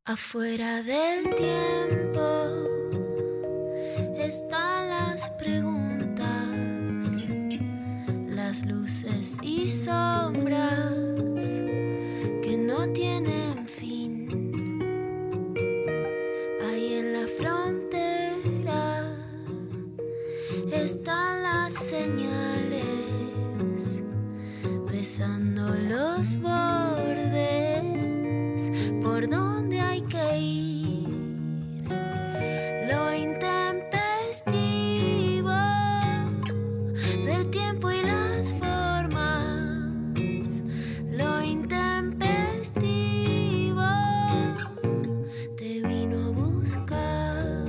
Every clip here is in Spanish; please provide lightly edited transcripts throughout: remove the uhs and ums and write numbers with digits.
Afuera del tiempo están las preguntas, las luces y sombras que no tienen fin. Ahí en la frontera están las señales, besando los bordes por donde hay que ir. Lo intempestivo del tiempo y las formas. Lo intempestivo te vino a buscar.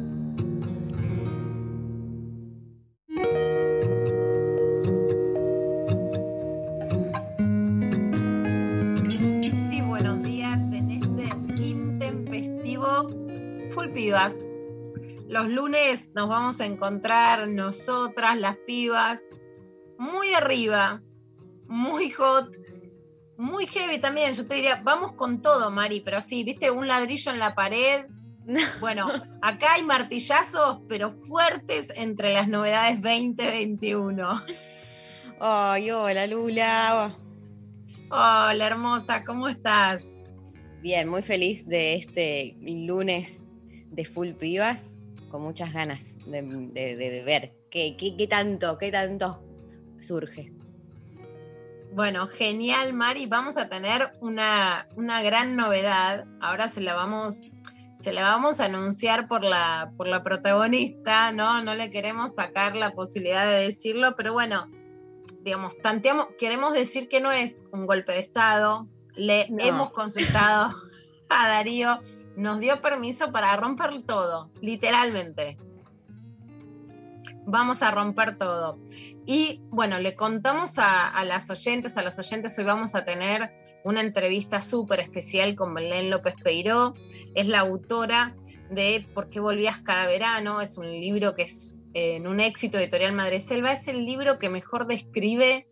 Y buenos días en este intempestivo Full Pibas. Los lunes nos vamos a encontrar nosotras, las pibas, muy arriba, muy hot, muy heavy también. Yo te diría, vamos con todo, Mari, pero así, ¿viste? Un ladrillo en la pared. Bueno, acá hay martillazos, pero fuertes entre las novedades 2021. Ay, hola Lula. Hola, hermosa, ¿cómo estás? Bien, muy feliz de este lunes de Full Pibas, con muchas ganas de ver qué tanto surge. Bueno, genial, Mari. Vamos a tener una gran novedad. Ahora se la vamos a anunciar por la protagonista, ¿no? No le queremos sacar la posibilidad de decirlo, pero bueno, digamos, queremos decir que no es un golpe de Estado. Hemos consultado a Darío, nos dio permiso para romper todo, literalmente. Vamos a romper todo. Y bueno, le contamos a las oyentes, a los oyentes, hoy vamos a tener una entrevista súper especial con Belén López Peiró. Es la autora de ¿Por qué volvías cada verano? Es un libro que es en un éxito editorial Madreselva. Es el libro que mejor describe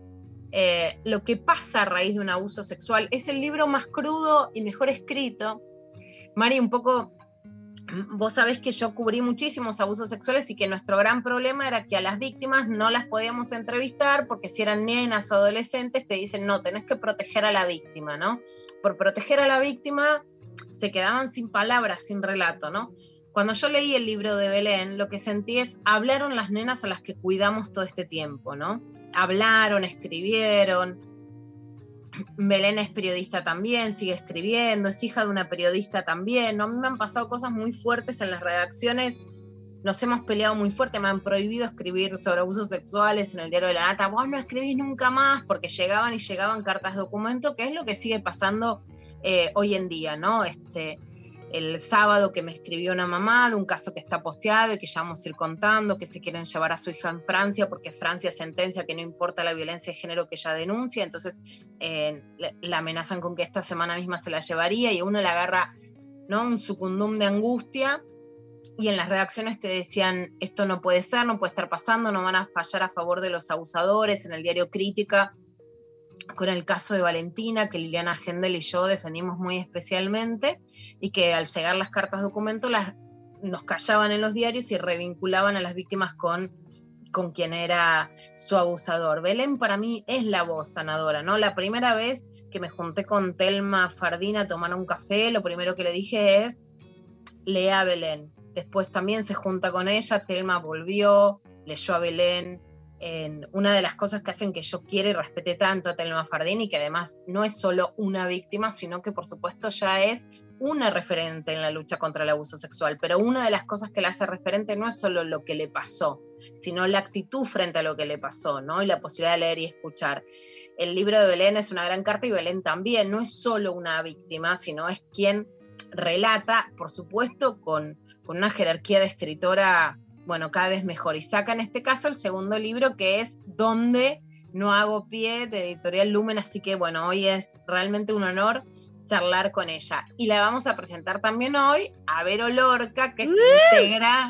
lo que pasa a raíz de un abuso sexual. Es el libro más crudo y mejor escrito. Mari, un poco... Vos sabés que yo cubrí muchísimos abusos sexuales y que nuestro gran problema era que a las víctimas no las podíamos entrevistar porque si eran nenas o adolescentes te dicen, no, tenés que proteger a la víctima, ¿no? Por proteger a la víctima se quedaban sin palabras, sin relato, ¿no? Cuando yo leí el libro de Belén, lo que sentí es, hablaron las nenas a las que cuidamos todo este tiempo, ¿no? Hablaron, escribieron. Belén es periodista también, sigue escribiendo, es hija de una periodista también, ¿no? A mí me han pasado cosas muy fuertes en las redacciones, nos hemos peleado muy fuerte, me han prohibido escribir sobre abusos sexuales en el Diario de la Nata, vos no escribís nunca más, porque llegaban cartas de documento, que es lo que sigue pasando hoy en día, ¿no? El sábado que me escribió una mamá de un caso que está posteado y que ya vamos a ir contando, que se quieren llevar a su hija en Francia porque Francia sentencia que no importa la violencia de género que ella denuncia, entonces la amenazan con que esta semana misma se la llevaría y uno le agarra, ¿no?, un sucundum de angustia. Y en las redacciones te decían, esto no puede ser, no puede estar pasando, no van a fallar a favor de los abusadores. En el diario Crítica, con el caso de Valentina, que Liliana Gendel y yo defendimos muy especialmente, y que al llegar las cartas documento nos callaban en los diarios y revinculaban a las víctimas con quien era su abusador. Belén para mí es la voz sanadora, ¿no? La primera vez que me junté con Telma Fardín a tomar un café, lo primero que le dije es, lea a Belén. Después también se junta con ella, Telma volvió, leyó a Belén. Una de las cosas que hacen que yo quiera y respete tanto a Telma Fardín, y que además no es solo una víctima, sino que por supuesto ya es una referente en la lucha contra el abuso sexual, pero una de las cosas que la hace referente no es solo lo que le pasó, sino la actitud frente a lo que le pasó, ¿no? Y la posibilidad de leer y escuchar. El libro de Belén es una gran carta, y Belén también no es solo una víctima, sino es quien relata, por supuesto, con una jerarquía de escritora, bueno, cada vez mejor. Y saca en este caso el segundo libro, que es Donde no hago pie, de Editorial Lumen, así que bueno, hoy es realmente un honor charlar con ella. Y la vamos a presentar también hoy a Vero Lorca, que se integra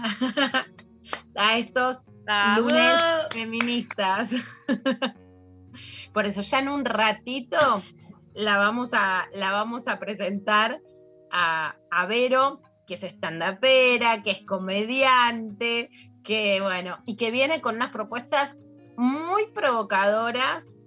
a estos lunes feministas. Por eso ya en un ratito la vamos a presentar. a Vero, que es stand-upera, que es comediante, que bueno, y que viene con unas propuestas muy provocadoras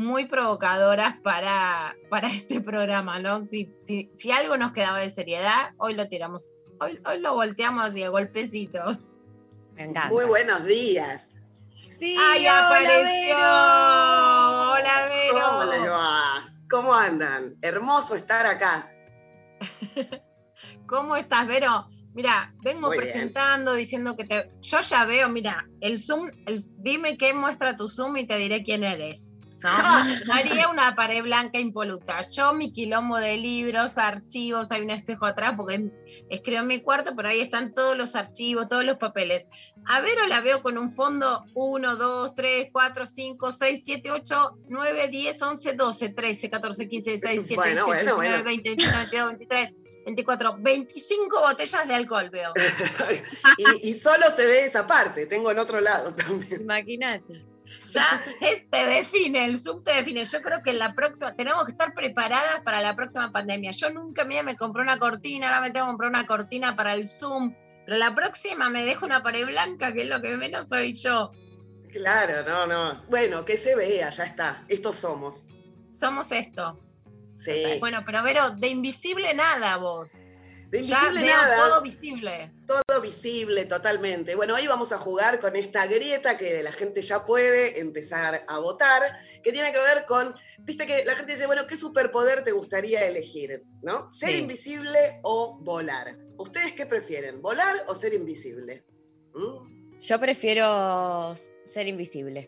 para este programa, ¿no? Si algo nos quedaba de seriedad, hoy lo tiramos, hoy lo volteamos así a golpecitos. Me encanta. Muy buenos días. Sí, ¡Ay, hola, apareció! Vero. ¡Hola, Vero! ¿Cómo les va? ¿Cómo andan? Hermoso estar acá. ¿Cómo estás, Vero? Mira, vengo Muy presentando, diciendo que yo ya veo, mira, el Zoom, dime qué muestra tu Zoom y te diré quién eres. ¿No? Haría una pared blanca impoluta. Yo, mi quilombo de libros, archivos, hay un espejo atrás porque escribo en mi cuarto, pero ahí están todos los archivos, todos los papeles. A Vero la veo con un fondo 1, 2, 3, 4, 5, 6, 7, 8, 9, 10, 11, 12, 13, 14, 15, 16, 17, 18, 19, 20, 21, 22, 23, 24, 25 botellas de alcohol veo. y solo se ve esa parte, tengo en otro lado también. Imagínate. Ya te define, el Zoom te define. Yo creo que en la próxima, tenemos que estar preparadas para la próxima pandemia. Yo nunca me compré una cortina, ahora me tengo que comprar una cortina para el Zoom, pero la próxima me dejo una pared blanca, que es lo que menos soy yo. Claro, no. Bueno, que se vea, ya está. Estos somos. Somos esto. Sí. Bueno, pero Vero, de invisible nada vos. De invisible ya nada. todo visible. Todo visible, totalmente. Bueno, hoy vamos a jugar con esta grieta que la gente ya puede empezar a votar, que tiene que ver con, viste que la gente dice, bueno, ¿qué superpoder te gustaría elegir? ¿No? ¿Ser Sí. invisible o volar? ¿Ustedes qué prefieren? ¿Volar o ser invisible? Yo prefiero ser invisible.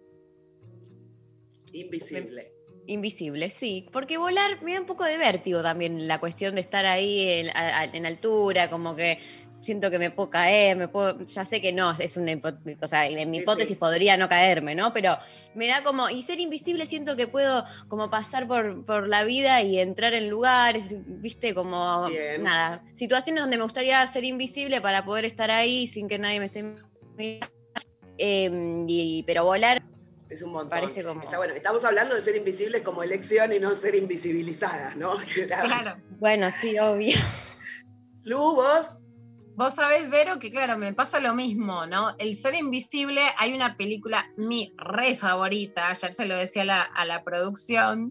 Invisible. Invisible, sí, porque volar me da un poco de vértigo también la cuestión de estar ahí en altura, como que siento que me puedo caer, ya sé que no, es una cosa, en mi Sí, hipótesis sí. podría no caerme, ¿no? Pero me da como, y ser invisible siento que puedo como pasar por la vida y entrar en lugares, viste, como, Bien. nada, situaciones donde me gustaría ser invisible para poder estar ahí sin que nadie me esté mirando, pero volar Es un montón. parece como... Está bueno, estamos hablando de ser invisibles como elección y no ser invisibilizadas, ¿no? Claro. Bueno, sí, obvio. Lu, vos. Vos sabés, Vero, que claro, me pasa lo mismo, ¿no? El ser invisible, hay una película, mi re favorita, ayer se lo decía a la producción,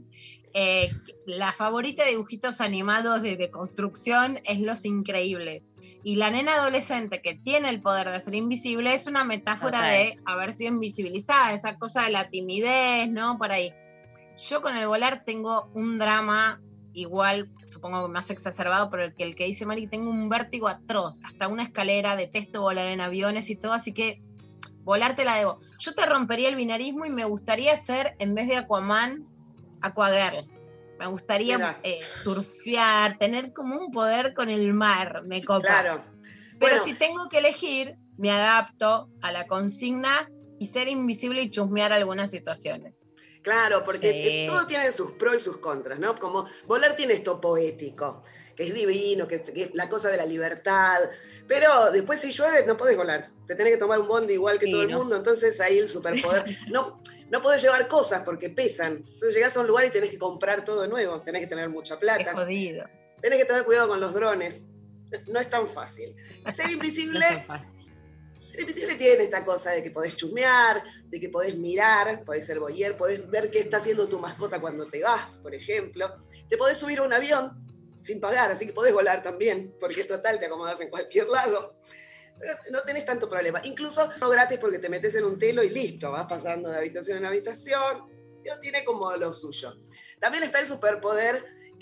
la favorita de dibujitos animados de construcción es Los Increíbles. Y la nena adolescente que tiene el poder de ser invisible es una metáfora Total. de haber sido invisibilizada, esa cosa de la timidez, ¿no? Por ahí. Yo con el volar tengo un drama igual, supongo que más exacerbado, pero el que dice Mari, tengo un vértigo atroz, hasta una escalera, detesto volar en aviones y todo, así que volar te la debo. Yo te rompería el binarismo y me gustaría ser, en vez de Aquaman, Aquagirl. Me gustaría surfear, tener como un poder con el mar, me copa. Claro. Pero Bueno, si tengo que elegir, me adapto a la consigna y ser invisible y chusmear algunas situaciones. claro, porque Sí. todo tiene sus pros y sus contras, ¿no? Como volar tiene esto poético, que es divino, que la cosa de la libertad, pero después si llueve no podés volar, te tenés que tomar un bondi igual que Sí, todo el ¿no? mundo, entonces ahí el superpoder, no podés llevar cosas porque pesan, entonces llegás a un lugar y tenés que comprar todo nuevo, tenés que tener mucha Qué plata, jodido. tenés que tener cuidado con los drones, no es tan fácil. Ser invisible... No es tan fácil. Ser invisible tiene esta cosa de que podés chusmear, de que podés mirar, podés ser voyeur, podés ver qué está haciendo tu mascota cuando te vas, por ejemplo. Te podés subir a un avión sin pagar, así que podés volar también, porque total te acomodás en cualquier lado. No tenés tanto problema. Incluso no gratis porque te metes en un telo y listo, vas pasando de habitación en habitación. Tiene como lo suyo. También está el superpoder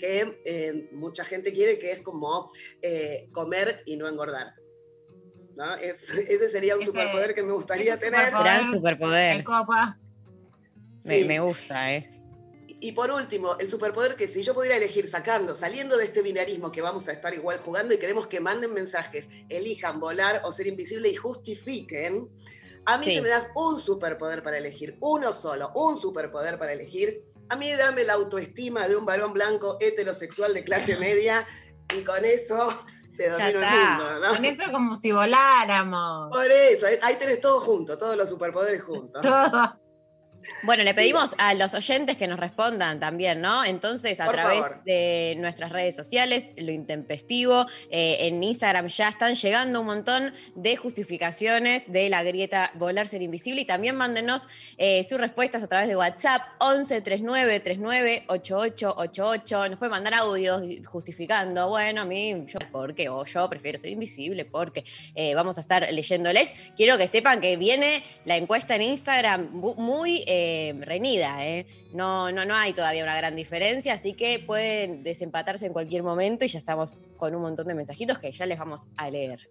que mucha gente quiere, que es como comer y no engordar. ¿No? Ese sería un superpoder que me gustaría tener. Gran superpoder. Me copa. Sí. Me gusta, Y por último, el superpoder que si yo pudiera elegir saliendo de este binarismo que vamos a estar igual jugando y queremos que manden mensajes, elijan volar o ser invisible y justifiquen, a mí Sí. si me das un superpoder para elegir, uno solo, un superpoder para elegir, a mí dame la autoestima de un varón blanco heterosexual de clase media y con eso te domino el está. mundo, ¿no? Con esto es como si voláramos. Por eso, ahí tenés todo junto, todos los superpoderes juntos. Todo. Bueno, le Sí. pedimos a los oyentes que nos respondan también, ¿no? Entonces, a Por través favor. de nuestras redes sociales, Lo Intempestivo, en Instagram ya están llegando un montón de justificaciones de la grieta Volar Ser Invisible, y también mándenos sus respuestas a través de WhatsApp 11 39 39 8888. Nos pueden mandar audios justificando, bueno, a mí, yo, porque, o yo prefiero ser invisible, porque vamos a estar leyéndoles. Quiero que sepan que viene la encuesta en Instagram muy reñida, ¿eh? No hay todavía una gran diferencia, así que pueden desempatarse en cualquier momento y ya estamos con un montón de mensajitos que ya les vamos a leer.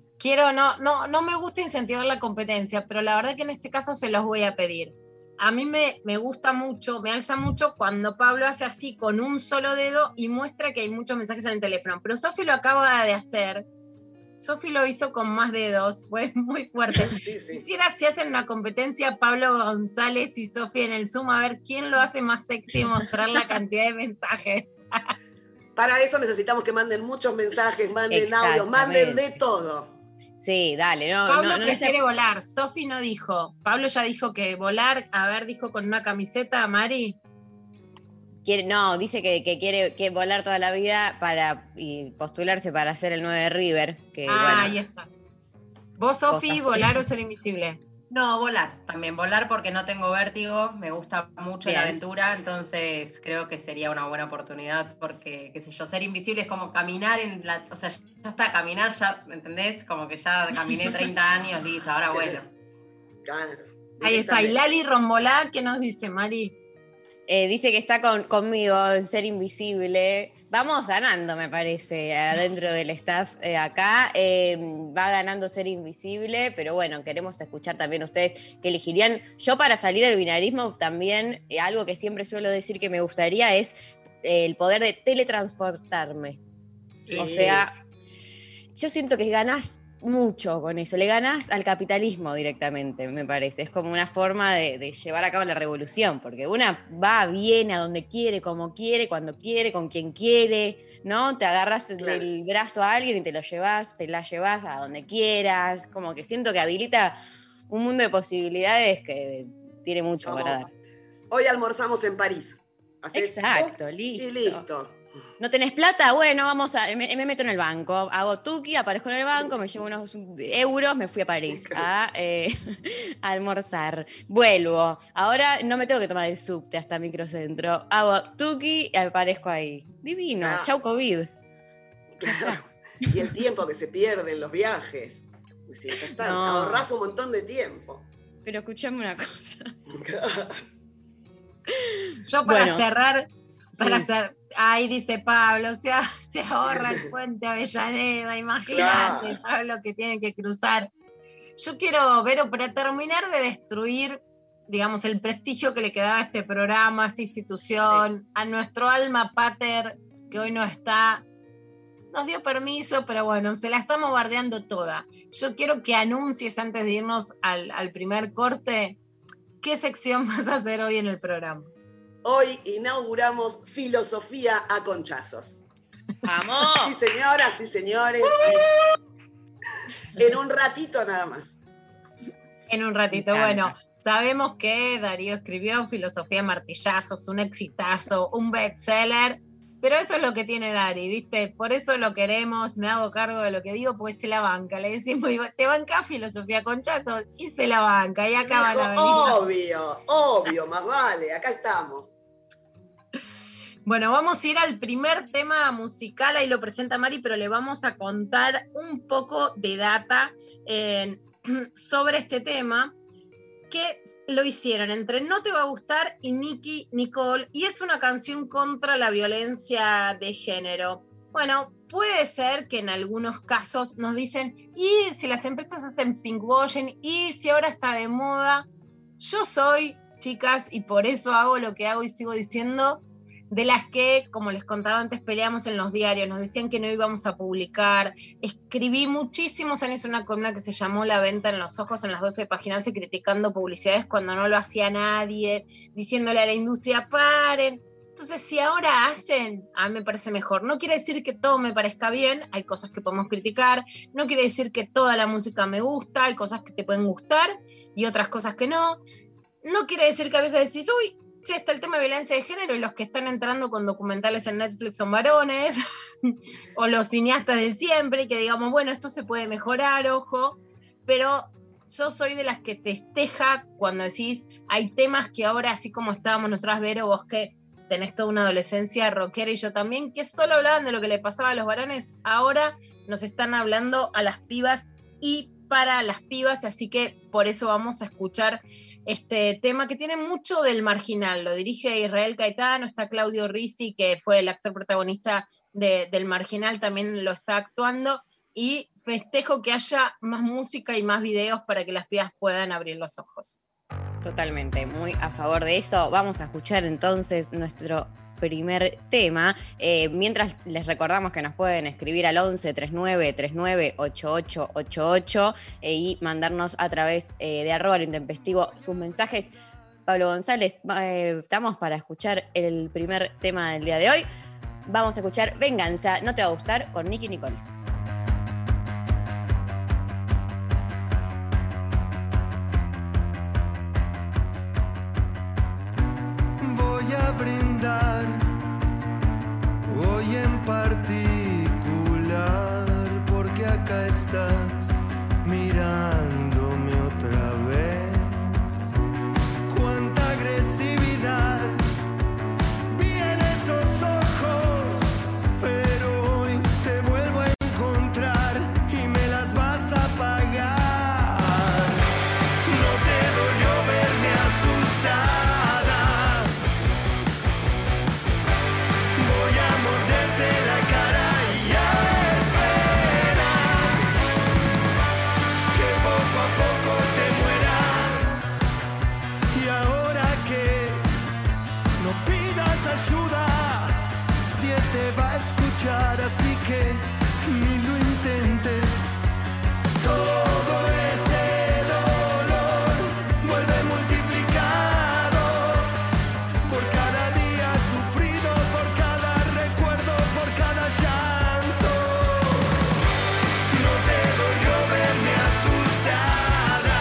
No me gusta incentivar la competencia, pero la verdad que en este caso se los voy a pedir. A mí me gusta mucho, me alza mucho cuando Pablo hace así con un solo dedo y muestra que hay muchos mensajes en el teléfono. Pero Sofi lo acaba de hacer. Sofi lo hizo con más dedos, fue muy fuerte. Sí, sí. Quisiera si hacen una competencia Pablo González y Sofi en el Zoom, a ver quién lo hace más sexy y mostrar la cantidad de mensajes. Para eso necesitamos que manden muchos mensajes, manden audios, manden de todo. Sí, dale. Pablo prefiere volar, Sofi no dijo. Pablo ya dijo que volar, a ver, dijo con una camiseta, Mari. Dice que quiere volar toda la vida y postularse para hacer el 9 de River. Que, ahí está. ¿Vos, Sofi, volar o ser invisible? No, volar, también volar porque no tengo vértigo, me gusta mucho Bien. la aventura, entonces creo que sería una buena oportunidad porque, qué sé yo, ser invisible es como caminar o sea, ya está, caminar, ya, ¿entendés? Como que ya caminé 30 años, listo, ahora vuelo. Claro. Ahí está, y Lali Rombolá, ¿qué nos dice, Mari? Dice que está conmigo en ser invisible. Vamos ganando, me parece, adentro del staff acá. Va ganando ser invisible, pero bueno, queremos escuchar también ustedes que elegirían. Yo, para salir del binarismo, también algo que siempre suelo decir que me gustaría es el poder de teletransportarme. Sí. O sea, yo siento que ganás mucho con eso, le ganás al capitalismo directamente, me parece. Es como una forma de llevar a cabo la revolución, porque una va, viene a donde quiere, como quiere, cuando quiere, con quien quiere, ¿no? Te agarras del brazo a alguien y te la llevas a donde quieras, como que siento que habilita un mundo de posibilidades que tiene mucho para dar. Hoy almorzamos en París. Exacto, listo. Y listo. ¿No tenés plata? Bueno, me meto en el banco, hago tuki, aparezco en el banco, me llevo unos euros, me fui a París a almorzar. Vuelvo. Ahora no me tengo que tomar el subte hasta Microcentro. Hago tuki y aparezco ahí. Divino. Chau, COVID. Claro. Y el tiempo que se pierde en los viajes. Sí, ya está. No. Ahorrás un montón de tiempo. Pero escuchame una cosa. Yo para cerrar, ahí dice Pablo, se ahorra el puente Avellaneda, imagínate, claro. Pablo, que tiene que cruzar. Yo quiero, Vero, para terminar de destruir, digamos, el prestigio que le quedaba a este programa, a esta institución, a nuestro alma pater, que hoy no está, nos dio permiso, pero bueno, se la estamos bardeando toda. Yo quiero que anuncies, antes de irnos al primer corte, ¿qué sección vas a hacer hoy en el programa? Hoy inauguramos Filosofía a Conchazos. ¡Vamos! Sí, señoras, sí, señores. En un ratito nada más. En un ratito, bueno. Sabemos que Darío escribió Filosofía a Martillazos, un exitazo, un bestseller, pero eso es lo que tiene Dari, ¿viste? Por eso lo queremos, me hago cargo de lo que digo, pues se la banca. Le decimos, ¿te banca Filosofía a Conchazos? Y se la banca, y acá van a venir. Obvio, más vale, acá estamos. Bueno, vamos a ir al primer tema musical, ahí lo presenta Mari, pero le vamos a contar un poco de data sobre este tema, que lo hicieron entre No Te Va a Gustar y Nicki Nicole, y es una canción contra la violencia de género. Bueno, puede ser que en algunos casos nos dicen, y si las empresas hacen pinkwashing, y si ahora está de moda. Yo soy, chicas, y por eso hago lo que hago y sigo diciendo, de las que, como les contaba antes, peleamos en los diarios, nos decían que no íbamos a publicar. Escribí muchísimos años una columna que se llamó La Venta en los Ojos, en las 12 páginas, y criticando publicidades cuando no lo hacía nadie, diciéndole a la industria, paren. Entonces, si ahora hacen, a mí me parece mejor. No quiere decir que todo me parezca bien, hay cosas que podemos criticar, no quiere decir que toda la música me gusta, hay cosas que te pueden gustar y otras cosas que no. no quiere decir que a veces decís, uy, che, está el tema de violencia de género y los que están entrando con documentales en Netflix son varones, o los cineastas de siempre, y que digamos, bueno, esto se puede mejorar, ojo, pero yo soy de las que festeja cuando decís, hay temas que ahora, así como estábamos nosotras, Vero, vos que tenés toda una adolescencia rockera y yo también, que solo hablaban de lo que le pasaba a los varones, ahora nos están hablando a las pibas y para las pibas, así que por eso vamos a escuchar este tema que tiene mucho del marginal. Lo dirige Israel Caetano, está Claudio Risi, que fue el actor protagonista del marginal, también lo está actuando, y festejo que haya más música y más videos para que las pibas puedan abrir los ojos. Totalmente, muy a favor de eso. Vamos a escuchar entonces nuestro primer tema. Mientras les recordamos que nos pueden escribir al 11 39 39 8888 y mandarnos a través de @intempestivo sus mensajes. Pablo González, estamos para escuchar el primer tema del día de hoy. Vamos a escuchar Venganza, no te va a gustar, con Nicki Nicole. Voy a brindar hoy en particular porque acá estás mirándome otra vez. Cuánta agresividad vi en esos ojos, pero hoy te vuelvo a encontrar y me las vas a pagar. No te dolió verme asustar. Voy a morderte la cara y a esperar que poco a poco te mueras. Y ahora que no pidas ayuda, nadie te va a escuchar, así que ni lo intentes. Todo ese dolor vuelve multiplicado por cada día sufrido, por cada recuerdo, por cada llanto. No te dolió verme asustada.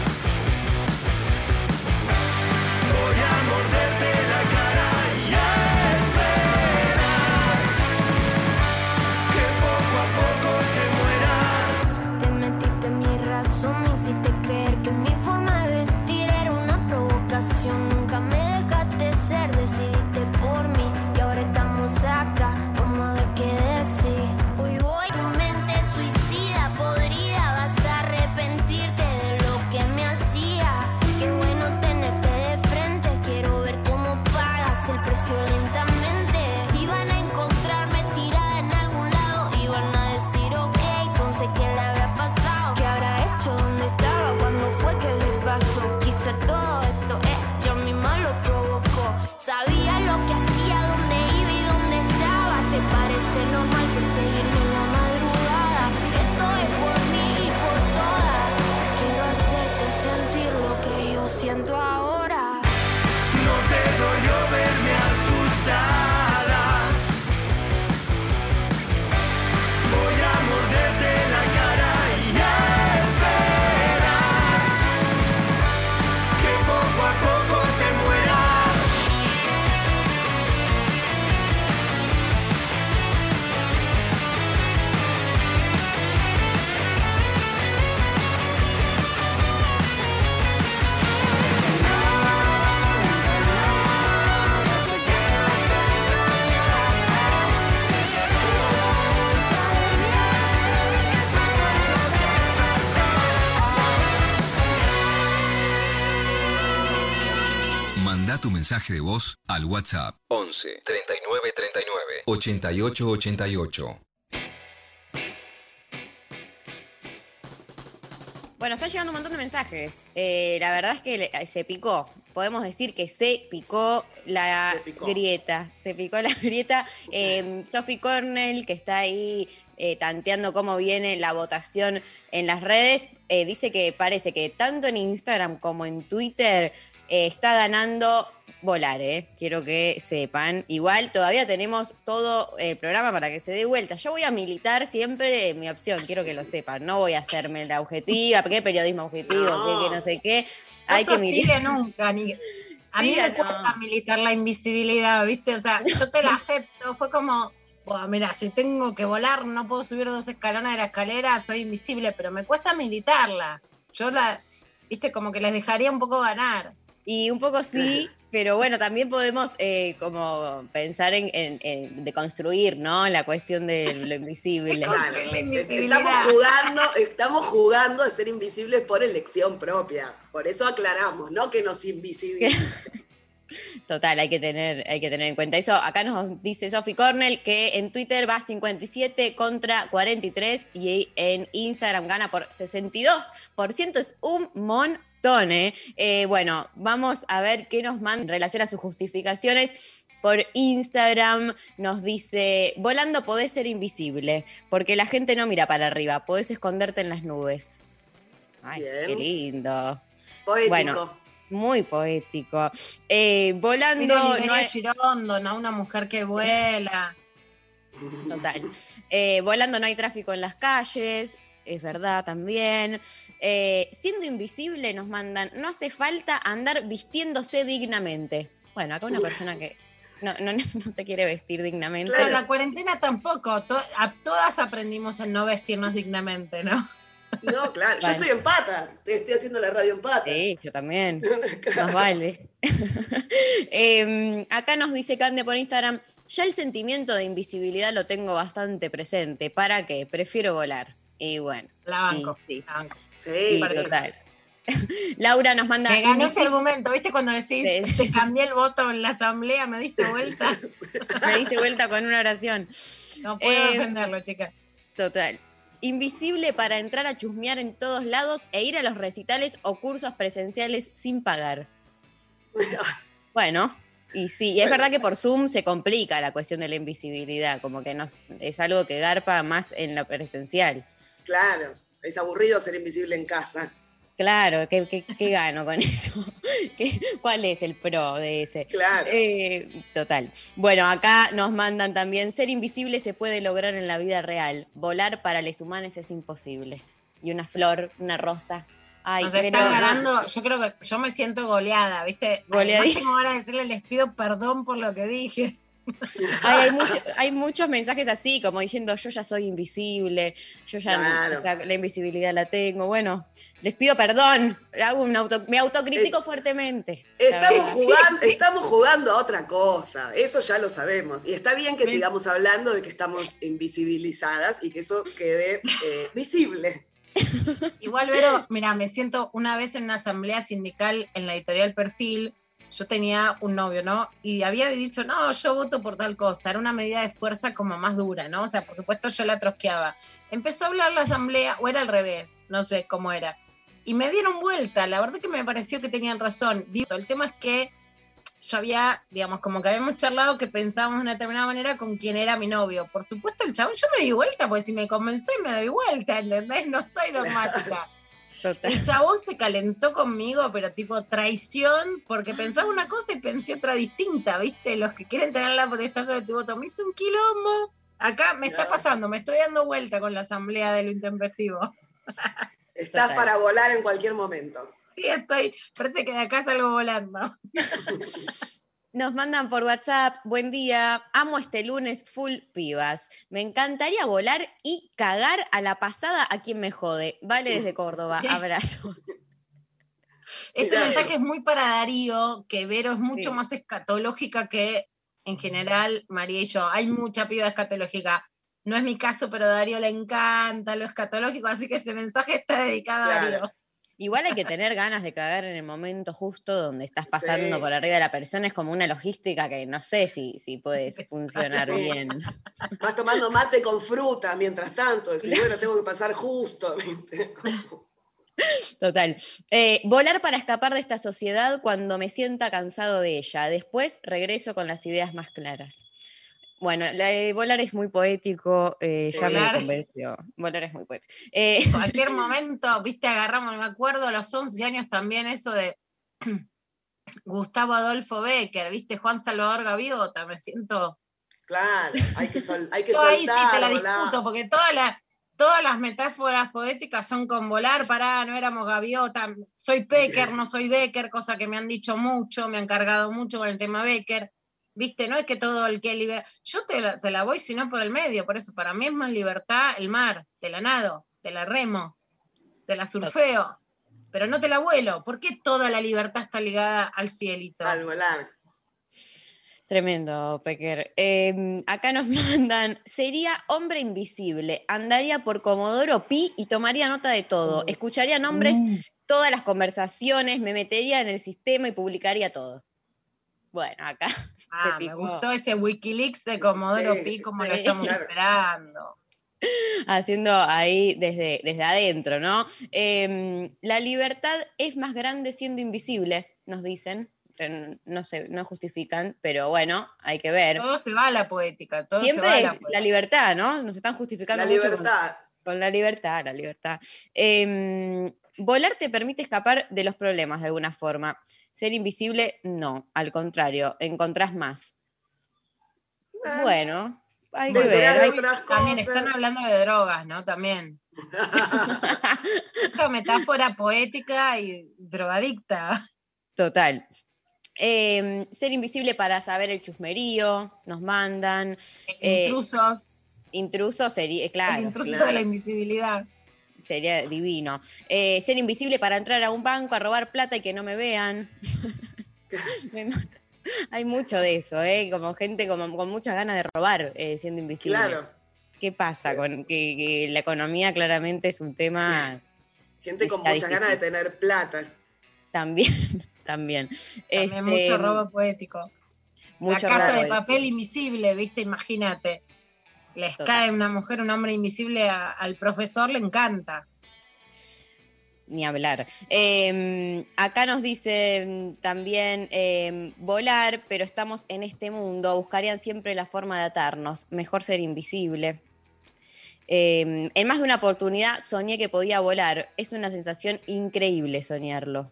Voy a morderte la cara y a esperar que poco a poco te mueras. Te metiste en mi razón, me hiciste creer que mi forma de vestir era una provocación. Nunca me dejaste ser, decidiste por mí y ahora estamos acá, vamos a ver qué decís. Hoy voy, tu mente suicida, podrida, vas a arrepentirte de lo que me hacía. Qué bueno tenerte de frente, quiero ver cómo pagas el precio lentamente. Iban a encontrarme tirada en algún lado, iban a decir ok, entonces ¿qué le había pasado? ¿Qué habrá hecho? ¿Dónde estaba? ¿Cuándo fue que le pasó? Quizá todo esto ella misma lo provocó. Sabía lo que hacía, dónde iba y dónde estaba. ¿Te parece normal perseguirme en la madrugada? Esto es por mí y por todas. Quiero hacerte sentir lo que yo siento ahora. No te dolió verme asustada. Voy a morderte la cara y a esperar que poco a poco te mueras. Manda tu mensaje de voz al WhatsApp 11 39 39 88 88. Bueno, están llegando un montón de mensajes. La verdad es que se picó. Podemos decir que se picó la Se picó. grieta. Se picó la grieta. Sophie Cornell, que está ahí tanteando cómo viene la votación en las redes, dice que parece que tanto en Instagram como en Twitter está ganando volar, quiero que sepan. Igual todavía tenemos todo el programa para que se dé vuelta. Yo voy a militar siempre mi opción, quiero que lo sepan. No voy a hacerme la objetiva, qué periodismo objetivo, qué no sé qué. No Hay que militar nunca, a mí me cuesta militar la invisibilidad, ¿viste? O sea, yo te la acepto, fue como, bueno, mira, si tengo que volar, no puedo subir 2 escalones de la escalera, soy invisible, pero me cuesta militarla. Yo ¿viste? Como que les dejaría un poco ganar. Y un poco sí, pero bueno, también podemos como pensar en deconstruir, ¿no? La cuestión de lo invisible. Claro, estamos jugando a ser invisibles por elección propia. Por eso aclaramos, ¿no? Que nos invisibilicen. Total, hay que tener en cuenta eso. Acá nos dice Sophie Cornell que en Twitter va 57 contra 43 y en Instagram gana por 62%. Es un montón. Bueno, vamos a ver qué nos manda en relación a sus justificaciones. Por Instagram nos dice, volando podés ser invisible, porque la gente no mira para arriba, podés esconderte en las nubes. Ay, bien. Qué lindo. Poético. Bueno, muy poético. Volando... No hay Girondo, ¿no? Una mujer que vuela. Total. Volando no hay tráfico en las calles. Es verdad también. Siendo invisible nos mandan, no hace falta andar vistiéndose dignamente. Bueno, acá una persona que no se quiere vestir dignamente. Claro, la cuarentena tampoco. Todas aprendimos en no vestirnos dignamente, ¿no? No, claro. Yo estoy en pata. Estoy haciendo la radio en pata. Sí, yo también. Más vale. Acá nos dice Cande por Instagram, ya el sentimiento de invisibilidad lo tengo bastante presente. ¿Para qué? Prefiero volar. Y bueno. La banco. Sí, total. Laura nos manda... Me ganó ese argumento, ¿viste? Cuando decís, te cambié el voto en la asamblea, me diste vuelta. Me diste vuelta con una oración. No puedo defenderlo, chica. Total. Invisible para entrar a chusmear en todos lados e ir a los recitales o cursos presenciales sin pagar. Bueno... Y sí, y es verdad que por Zoom se complica la cuestión de la invisibilidad, como que es algo que garpa más en lo presencial. Claro, es aburrido ser invisible en casa. Claro, ¿qué gano con eso? ¿Cuál es el pro de ese? Claro. Total. Bueno, acá nos mandan también, ser invisible se puede lograr en la vida real, volar para los humanos es imposible. Y una flor, una rosa... Ay, nos están ganando, yo creo que yo me siento goleada, ¿viste? Además tengo ganas de decirle, les pido perdón por lo que dije. Ay, hay muchos mensajes así, como diciendo, yo ya soy invisible, yo ya claro. O sea, la invisibilidad la tengo. Bueno, les pido perdón, me autocritico fuertemente. Estamos jugando a otra cosa, eso ya lo sabemos. Y está bien que sigamos hablando de que estamos invisibilizadas y que eso quede visible. Igual, Vero, mira, me siento una vez en una asamblea sindical en la editorial Perfil, yo tenía un novio, ¿no? Y había dicho, no, yo voto por tal cosa, era una medida de fuerza como más dura, ¿no? O sea, por supuesto yo la trosqueaba. Empezó a hablar la asamblea, o era al revés, no sé cómo era. Y me dieron vuelta, la verdad que me pareció que tenían razón. El tema es que yo había, digamos, como que habíamos charlado que pensábamos de una determinada manera con quién era mi novio. Por supuesto, el chabón, yo me di vuelta, porque si me convencé, me doy vuelta, ¿entendés? No soy dogmática. Total. El chabón se calentó conmigo, pero tipo traición, porque pensaba una cosa y pensé otra distinta, ¿viste? Los que quieren tener la potestad sobre tu voto. Me hizo un quilombo. Acá me está pasando, me estoy dando vuelta con la asamblea de lo intempestivo. Estás para volar en cualquier momento. Sí, parece que de acá salgo volando. Nos mandan por WhatsApp, buen día, amo este lunes full pibas. Me encantaría volar y cagar a la pasada a quien me jode. Vale desde Córdoba, abrazo. Ese mensaje es muy para Darío, que Vero es mucho más escatológica que en general María y yo. Hay mucha piba escatológica. No es mi caso, pero a Darío le encanta lo escatológico, así que ese mensaje está dedicado a Darío. Igual hay que tener ganas de cagar en el momento justo donde estás pasando por arriba de la persona. Es como una logística que no sé si puede funcionar bien. Vas tomando mate con fruta mientras tanto. Decís, bueno, tengo que pasar justo. Total. Volar para escapar de esta sociedad cuando me sienta cansado de ella. Después regreso con las ideas más claras. Bueno, volar es muy poético, ya me convenció. Volar es muy poético. En cualquier momento, viste, agarramos, me acuerdo a los 11 años también eso de Gustavo Adolfo Bécquer, ¿viste? Juan Salvador Gaviota, me siento... Claro, hay que Yo soltar, ahí sí te la volar. discuto, porque todas las metáforas poéticas son con volar, pará, no éramos gaviota, soy Bécquer, no soy Bécquer, cosa que me han dicho mucho, me han cargado mucho con el tema Bécquer, ¿viste? No es que todo el que yo te la voy sino por el medio, por eso para mí es más libertad el mar, te la nado, te la remo, te la surfeo, pero no te la vuelo. ¿Por qué toda la libertad está ligada al cielito? Al volar. Tremendo, Pecker. Acá nos mandan, sería hombre invisible, andaría por Comodoro Pi y tomaría nota de todo, escucharía nombres, todas las conversaciones, me metería en el sistema y publicaría todo. Bueno, acá... Me gustó ese Wikileaks de Comodoro Pi, como lo estamos esperando. Haciendo ahí desde adentro, ¿no? La libertad es más grande siendo invisible, nos dicen. No sé, no justifican, pero bueno, hay que ver. Todo se va a la poética, todo siempre se va a es la poética. La libertad, ¿no? Nos están justificando La mucho libertad. con la libertad. Volar te permite escapar de los problemas de alguna forma. Ser invisible, no, al contrario, encontrás más. Bueno, hay que ver. También están hablando de drogas, ¿no? También. Mucha metáfora poética y drogadicta. Total. Ser invisible para saber el chusmerío, nos mandan. Intrusos. Intruso sería, claro. El intruso de la invisibilidad. Sería divino. Ser invisible para entrar a un banco a robar plata y que no me vean. Me mata. Hay mucho de eso, como gente con muchas ganas de robar siendo invisible. Claro. ¿Qué pasa? Con que la economía claramente es un tema... Gente con muchas ganas de tener plata. También. También mucho robo poético. Mucho la casa robo de papel invisible, ¿viste? Imagínate. Les cae una mujer, un hombre invisible al profesor, le encanta. Ni hablar. Acá nos dice también volar, pero estamos en este mundo. Buscarían siempre la forma de atarnos. Mejor ser invisible. En más de una oportunidad soñé que podía volar. Es una sensación increíble soñarlo.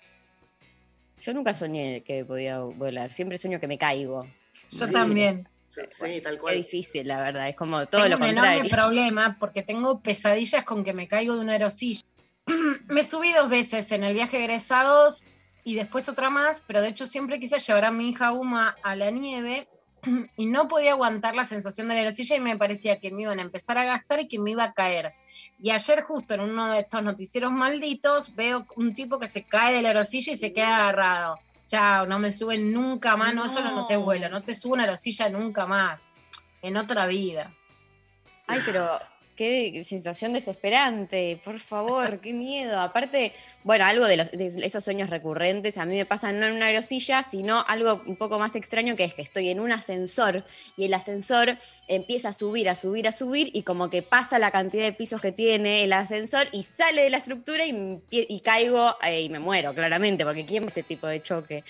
Yo nunca soñé que podía volar. Siempre sueño que me caigo. Yo también. Sí, tal cual. Es difícil, la verdad. Es como todo tengo lo contrario. Un enorme problema porque tengo pesadillas con que me caigo de una aerosilla. Me subí 2 veces en el viaje de egresados y después otra más, pero de hecho siempre quise llevar a mi hija Uma a la nieve y no podía aguantar la sensación de la aerosilla y me parecía que me iban a empezar a gastar y que me iba a caer. Y ayer justo en uno de estos noticieros malditos veo un tipo que se cae de la aerosilla y se queda agarrado. Chao, no me suben nunca más, no, eso no te vuelo, no te subo una aerosilla nunca más, en otra vida. Ay, pero qué sensación desesperante, por favor, qué miedo. Aparte, bueno, algo de esos sueños recurrentes, a mí me pasa no en una aerosilla, sino algo un poco más extraño, que es que estoy en un ascensor y el ascensor empieza a subir y como que pasa la cantidad de pisos que tiene el ascensor y sale de la estructura y caigo y me muero, claramente, porque ¿quién ve ese tipo de choque?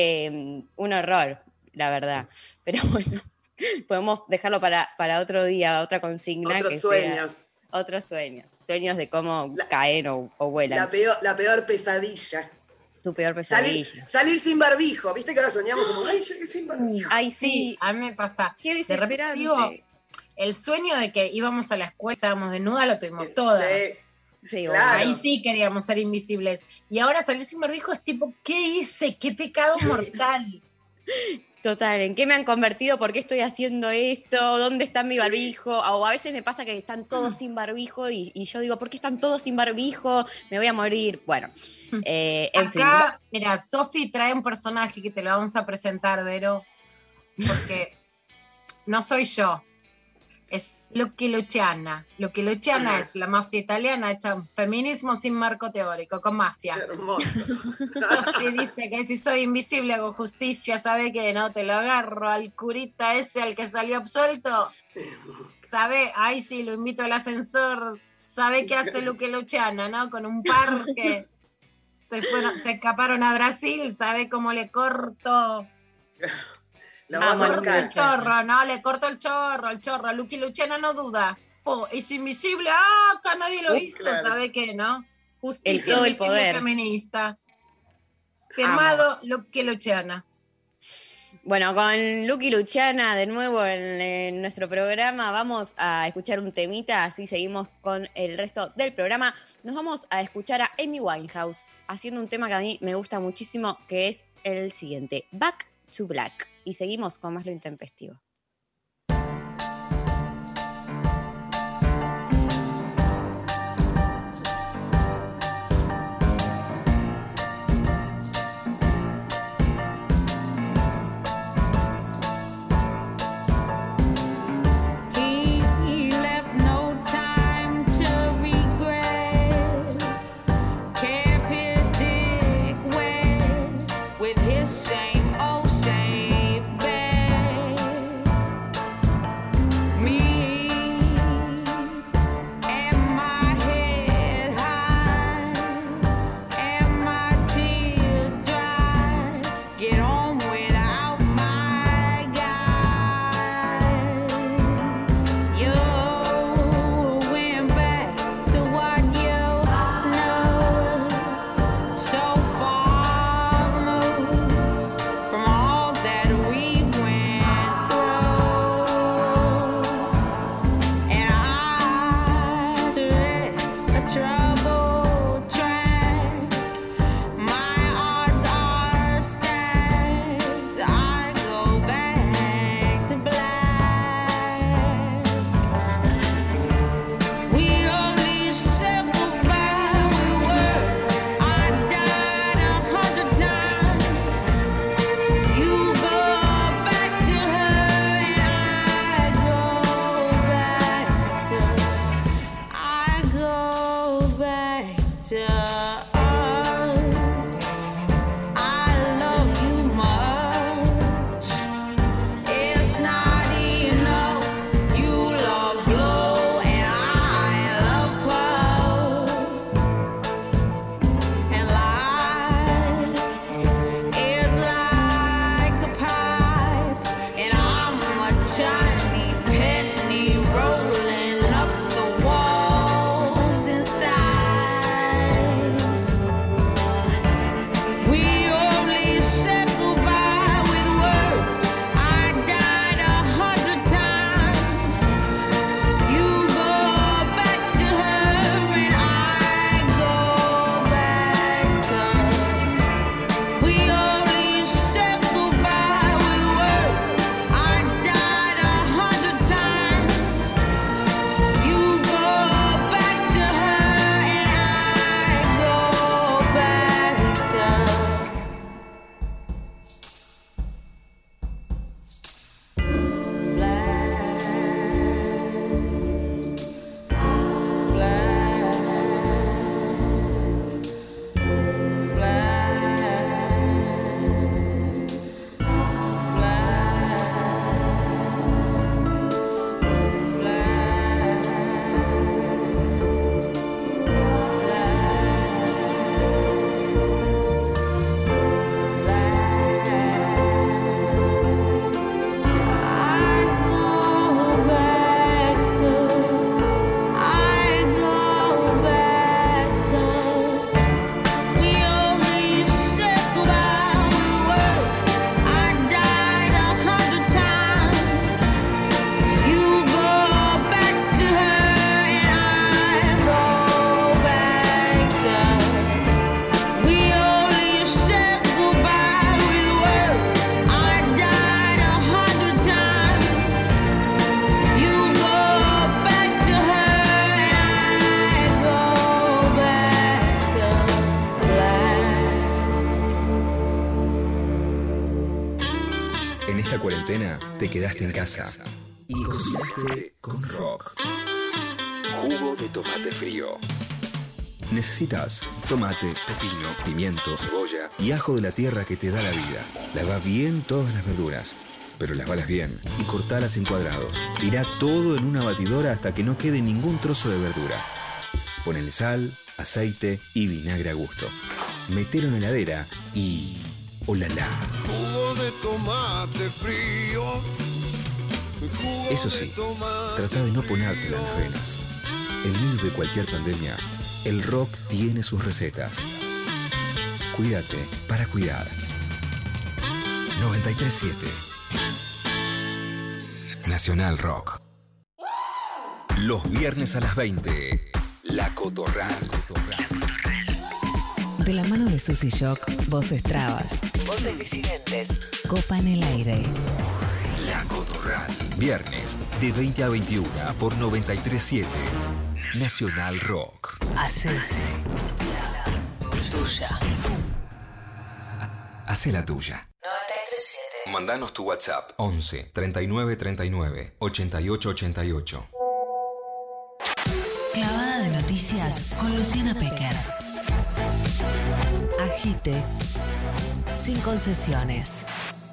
Un horror, la verdad. Pero bueno. Podemos dejarlo para otro día, otra consigna. Otros sueños. Otros sueños. Sueños de cómo caen o vuelan. La peor pesadilla. Tu peor pesadilla. Salir sin barbijo. ¿Viste que ahora soñamos como, ay, llegué sin barbijo? Ay, sí. A mí me pasa. Qué desesperante. Digo, el sueño de que íbamos a la escuela, estábamos desnudas, lo tuvimos todas. Sí, claro. Ahí sí queríamos ser invisibles. Y ahora salir sin barbijo es tipo, ¿qué hice? ¿Qué pecado mortal? Total, ¿en qué me han convertido? ¿Por qué estoy haciendo esto? ¿Dónde está mi barbijo? O a veces me pasa que están todos sin barbijo y yo digo, ¿por qué están todos sin barbijo? Me voy a morir. Bueno, en fin. Acá, mira, Sofi trae un personaje que te lo vamos a presentar, Vero, porque no soy yo. Es Lucky Luciana. Lucky Luciana es la mafia italiana hecha un feminismo sin marco teórico, con mafia. Hermoso. Sofi dice que si soy invisible hago justicia, ¿sabe qué? No, te lo agarro al curita ese al que salió absuelto. ¿Sabe? Ay, sí, lo invito al ascensor. ¿Sabe qué hace Lucky Luciana, no? Con un par que se escaparon a Brasil, ¿sabe cómo le corto? Lo vamos a buscar. El chorro, no, le corto el chorro. Lucky Luciana no duda. Es invisible, acá nadie lo hizo, claro. ¿sabe qué, no? El Justicia todo el invisible poder. feminista. Quemado, lo que Luciana. Bueno, con Lucky Luciana de nuevo en nuestro programa vamos a escuchar un temita, así seguimos con el resto del programa. Nos vamos a escuchar a Amy Winehouse haciendo un tema que a mí me gusta muchísimo, que es el siguiente, Back to Black. Y seguimos con más Lo Intempestivo. Same old safe bed. cuarentena te quedaste en casa y cocinaste con rock. Jugo de tomate frío. Necesitas tomate, pepino, pimiento, cebolla y ajo de la tierra que te da la vida. Lava bien todas las verduras, pero lavalas bien y cortalas en cuadrados. Tirá todo en una batidora hasta que no quede ningún trozo de verdura. Ponele sal, aceite y vinagre a gusto. Metelo en la heladera y... ¡olala! Jugo de tomate frío. Eso sí, trata de no ponértela en las venas. En medio de cualquier pandemia, el rock tiene sus recetas. Cuídate para cuidar. 93.7 Nacional Rock. Los viernes a las 20. La Cotorral. De la mano de Susy Shock, Voces Trabas, Voces Disidentes, copan el aire. La Cotorral. Viernes de 20 a 21 por 93.7 Nacional Rock. Hace la tuya. Hace la tuya. 93.7. Mandanos tu WhatsApp 11 39 39 88 88. Clavada de noticias con Luciana Pecker. Agite sin concesiones.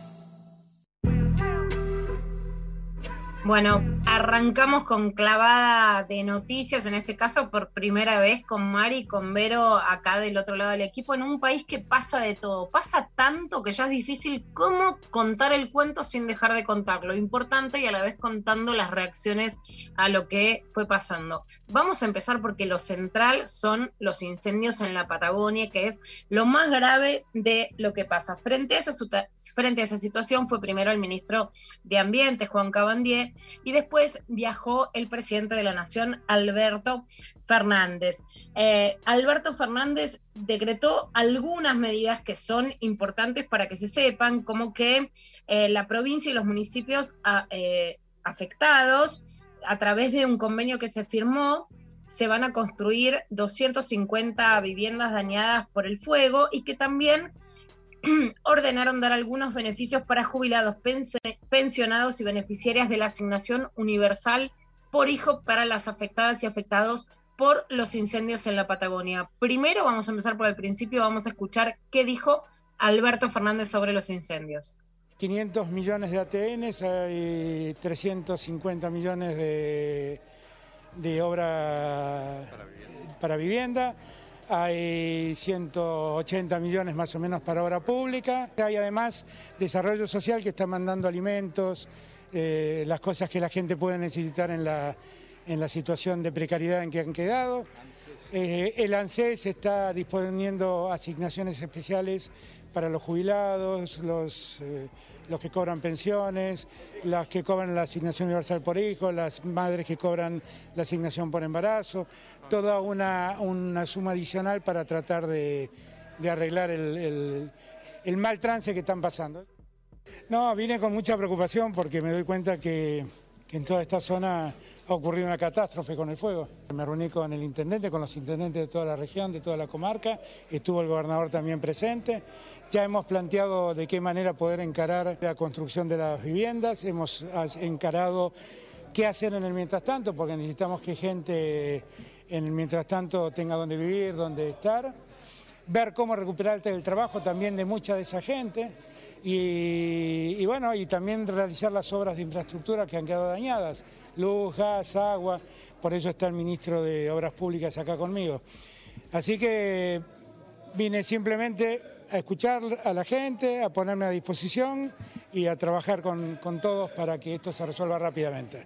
Bueno, arrancamos con clavada de noticias, en este caso por primera vez con Mari y con Vero acá del otro lado del equipo, en un país que pasa de todo, pasa tanto que ya es difícil cómo contar el cuento sin dejar de contar lo importante y a la vez contando las reacciones a lo que fue pasando. Vamos a empezar porque lo central son los incendios en la Patagonia, que es lo más grave de lo que pasa. Frente a esa situación fue primero el ministro de Ambiente, Juan Cabandier, y después viajó el presidente de la Nación, Alberto Fernández. Alberto Fernández decretó algunas medidas que son importantes para que se sepan, como que la provincia y los municipios afectados, a través de un convenio que se firmó, se van a construir 250 viviendas dañadas por el fuego y que también ordenaron dar algunos beneficios para jubilados, pensionados y beneficiarias de la asignación universal por hijo para las afectadas y afectados por los incendios en la Patagonia. Primero vamos a empezar por el principio, vamos a escuchar qué dijo Alberto Fernández sobre los incendios. 500 millones de ATNs, hay 350 millones de obra para vivienda, hay 180 millones más o menos para obra pública, hay además desarrollo social que está mandando alimentos, las cosas que la gente puede necesitar en la situación de precariedad en que han quedado. El ANSES está disponiendo asignaciones especiales para los jubilados, los que cobran pensiones, las que cobran la asignación universal por hijo, las madres que cobran la asignación por embarazo, toda una suma adicional para tratar de arreglar el mal trance que están pasando. No, vine con mucha preocupación porque me doy cuenta que en toda esta zona ha ocurrido una catástrofe con el fuego. Me reuní con el intendente, con los intendentes de toda la región, de toda la comarca, estuvo el gobernador también presente. Ya hemos planteado de qué manera poder encarar la construcción de las viviendas, hemos encarado qué hacer en el mientras tanto, porque necesitamos que gente en el mientras tanto tenga donde vivir, donde estar. Ver cómo recuperar el trabajo también de mucha de esa gente y bueno, y también realizar las obras de infraestructura que han quedado dañadas, luz, gas, agua, por eso está el ministro de Obras Públicas acá conmigo. Así que vine simplemente a escuchar a la gente, a ponerme a disposición y a trabajar con todos para que esto se resuelva rápidamente.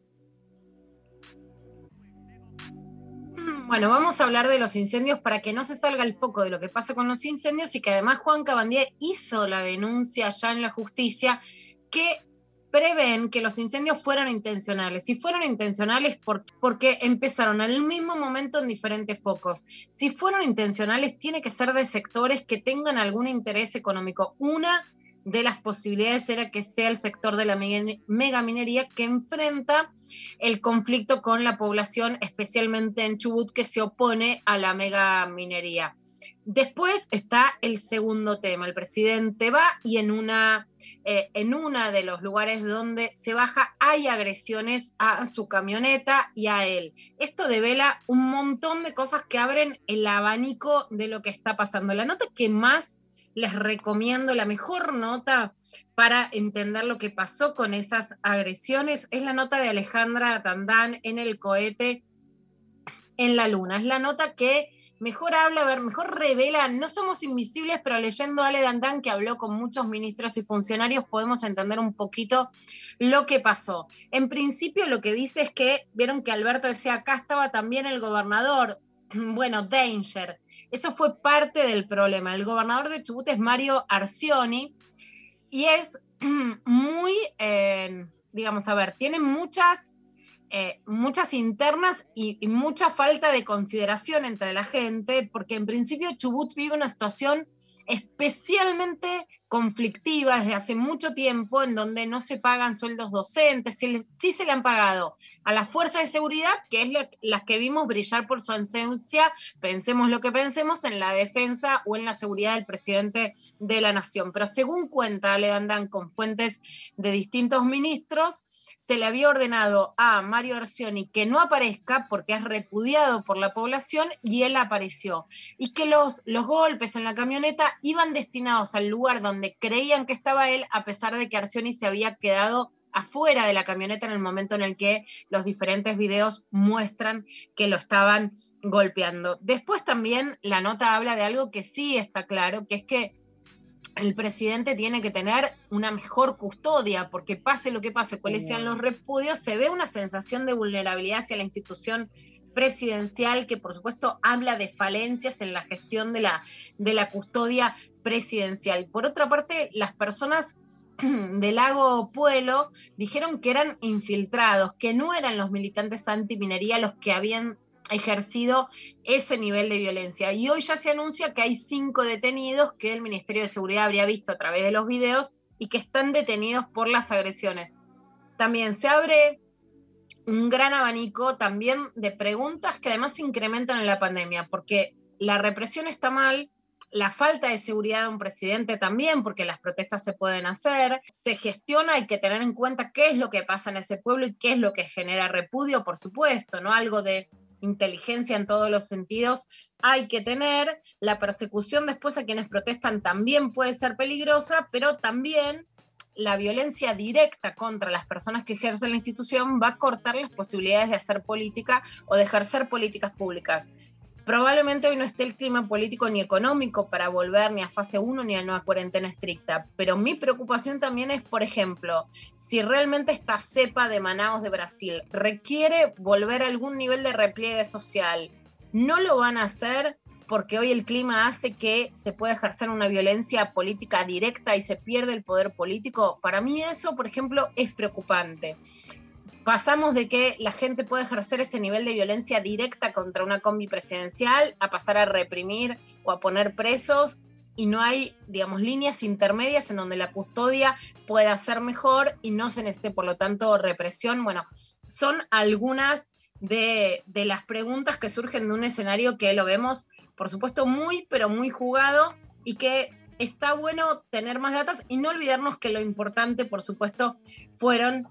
Bueno, vamos a hablar de los incendios para que no se salga el foco de lo que pasa con los incendios y que además Juan Cabandier hizo la denuncia ya en la justicia que prevén que los incendios fueron intencionales. Si fueron intencionales, porque empezaron al mismo momento en diferentes focos. Si fueron intencionales, tiene que ser de sectores que tengan algún interés económico. Una de las posibilidades era que sea el sector de la megaminería que enfrenta el conflicto con la población, especialmente en Chubut, que se opone a la megaminería. Después está el segundo tema. El presidente va y en una de los lugares donde se baja hay agresiones a su camioneta y a él. Esto devela un montón de cosas que abren el abanico de lo que está pasando. La nota que más les recomiendo, la mejor nota para entender lo que pasó con esas agresiones, es la nota de Alejandra Tandán en El cohete en la luna. Es la nota que mejor habla, mejor revela, no somos invisibles, pero leyendo a Ale Tandán, que habló con muchos ministros y funcionarios, podemos entender un poquito lo que pasó. En principio lo que dice es que, vieron que Alberto decía, acá estaba también el gobernador, bueno, danger. Eso fue parte del problema. El gobernador de Chubut es Mario Arcioni y es muy, digamos, a ver, tiene muchas internas y mucha falta de consideración entre la gente, porque en principio Chubut vive una situación especialmente conflictiva desde hace mucho tiempo, en donde no se pagan sueldos docentes, sí se le han pagado a las fuerzas de seguridad, que es las que vimos brillar por su ausencia, pensemos lo que pensemos, en la defensa o en la seguridad del presidente de la nación. Pero según cuenta Ale Dandan con fuentes de distintos ministros, se le había ordenado a Mario Arcioni que no aparezca porque es repudiado por la población, y él apareció. Y que los golpes en la camioneta iban destinados al lugar donde creían que estaba él, a pesar de que Arcioni se había quedado afuera de la camioneta en el momento en el que los diferentes videos muestran que lo estaban golpeando. Después también la nota habla de algo que sí está claro, que es que el presidente tiene que tener una mejor custodia, porque pase lo que pase, cuáles sean los repudios, se ve una sensación de vulnerabilidad hacia la institución presidencial, que por supuesto habla de falencias en la gestión de la custodia presidencial. Por otra parte, las personas de Lago Puelo dijeron que eran infiltrados, que no eran los militantes antiminería los que habían ejercido ese nivel de violencia. Y hoy ya se anuncia que hay 5 detenidos que el Ministerio de Seguridad habría visto a través de los videos y que están detenidos por las agresiones. También se abre un gran abanico también de preguntas que además se incrementan en la pandemia, porque la represión está mal, la falta de seguridad de un presidente también, porque las protestas se pueden hacer, se gestiona, hay que tener en cuenta qué es lo que pasa en ese pueblo y qué es lo que genera repudio, por supuesto, ¿no? Algo de inteligencia en todos los sentidos hay que tener. La persecución después a quienes protestan también puede ser peligrosa, pero también la violencia directa contra las personas que ejercen la institución va a cortar las posibilidades de hacer política o de ejercer políticas públicas. Probablemente hoy no esté el clima político ni económico para volver ni a fase 1 ni a una cuarentena estricta, pero mi preocupación también es, por ejemplo, si realmente esta cepa de Manaus de Brasil requiere volver a algún nivel de repliegue social. No lo van a hacer porque hoy el clima hace que se pueda ejercer una violencia política directa y se pierde el poder político. Para mí eso, por ejemplo, es preocupante. Pasamos de que la gente puede ejercer ese nivel de violencia directa contra una combi presidencial a pasar a reprimir o a poner presos, y no hay, digamos, líneas intermedias en donde la custodia pueda ser mejor y no se necesite, por lo tanto, represión. Bueno, son algunas de las preguntas que surgen de un escenario que lo vemos, por supuesto, muy, pero muy jugado, y que está bueno tener más datos y no olvidarnos que lo importante, por supuesto, fueron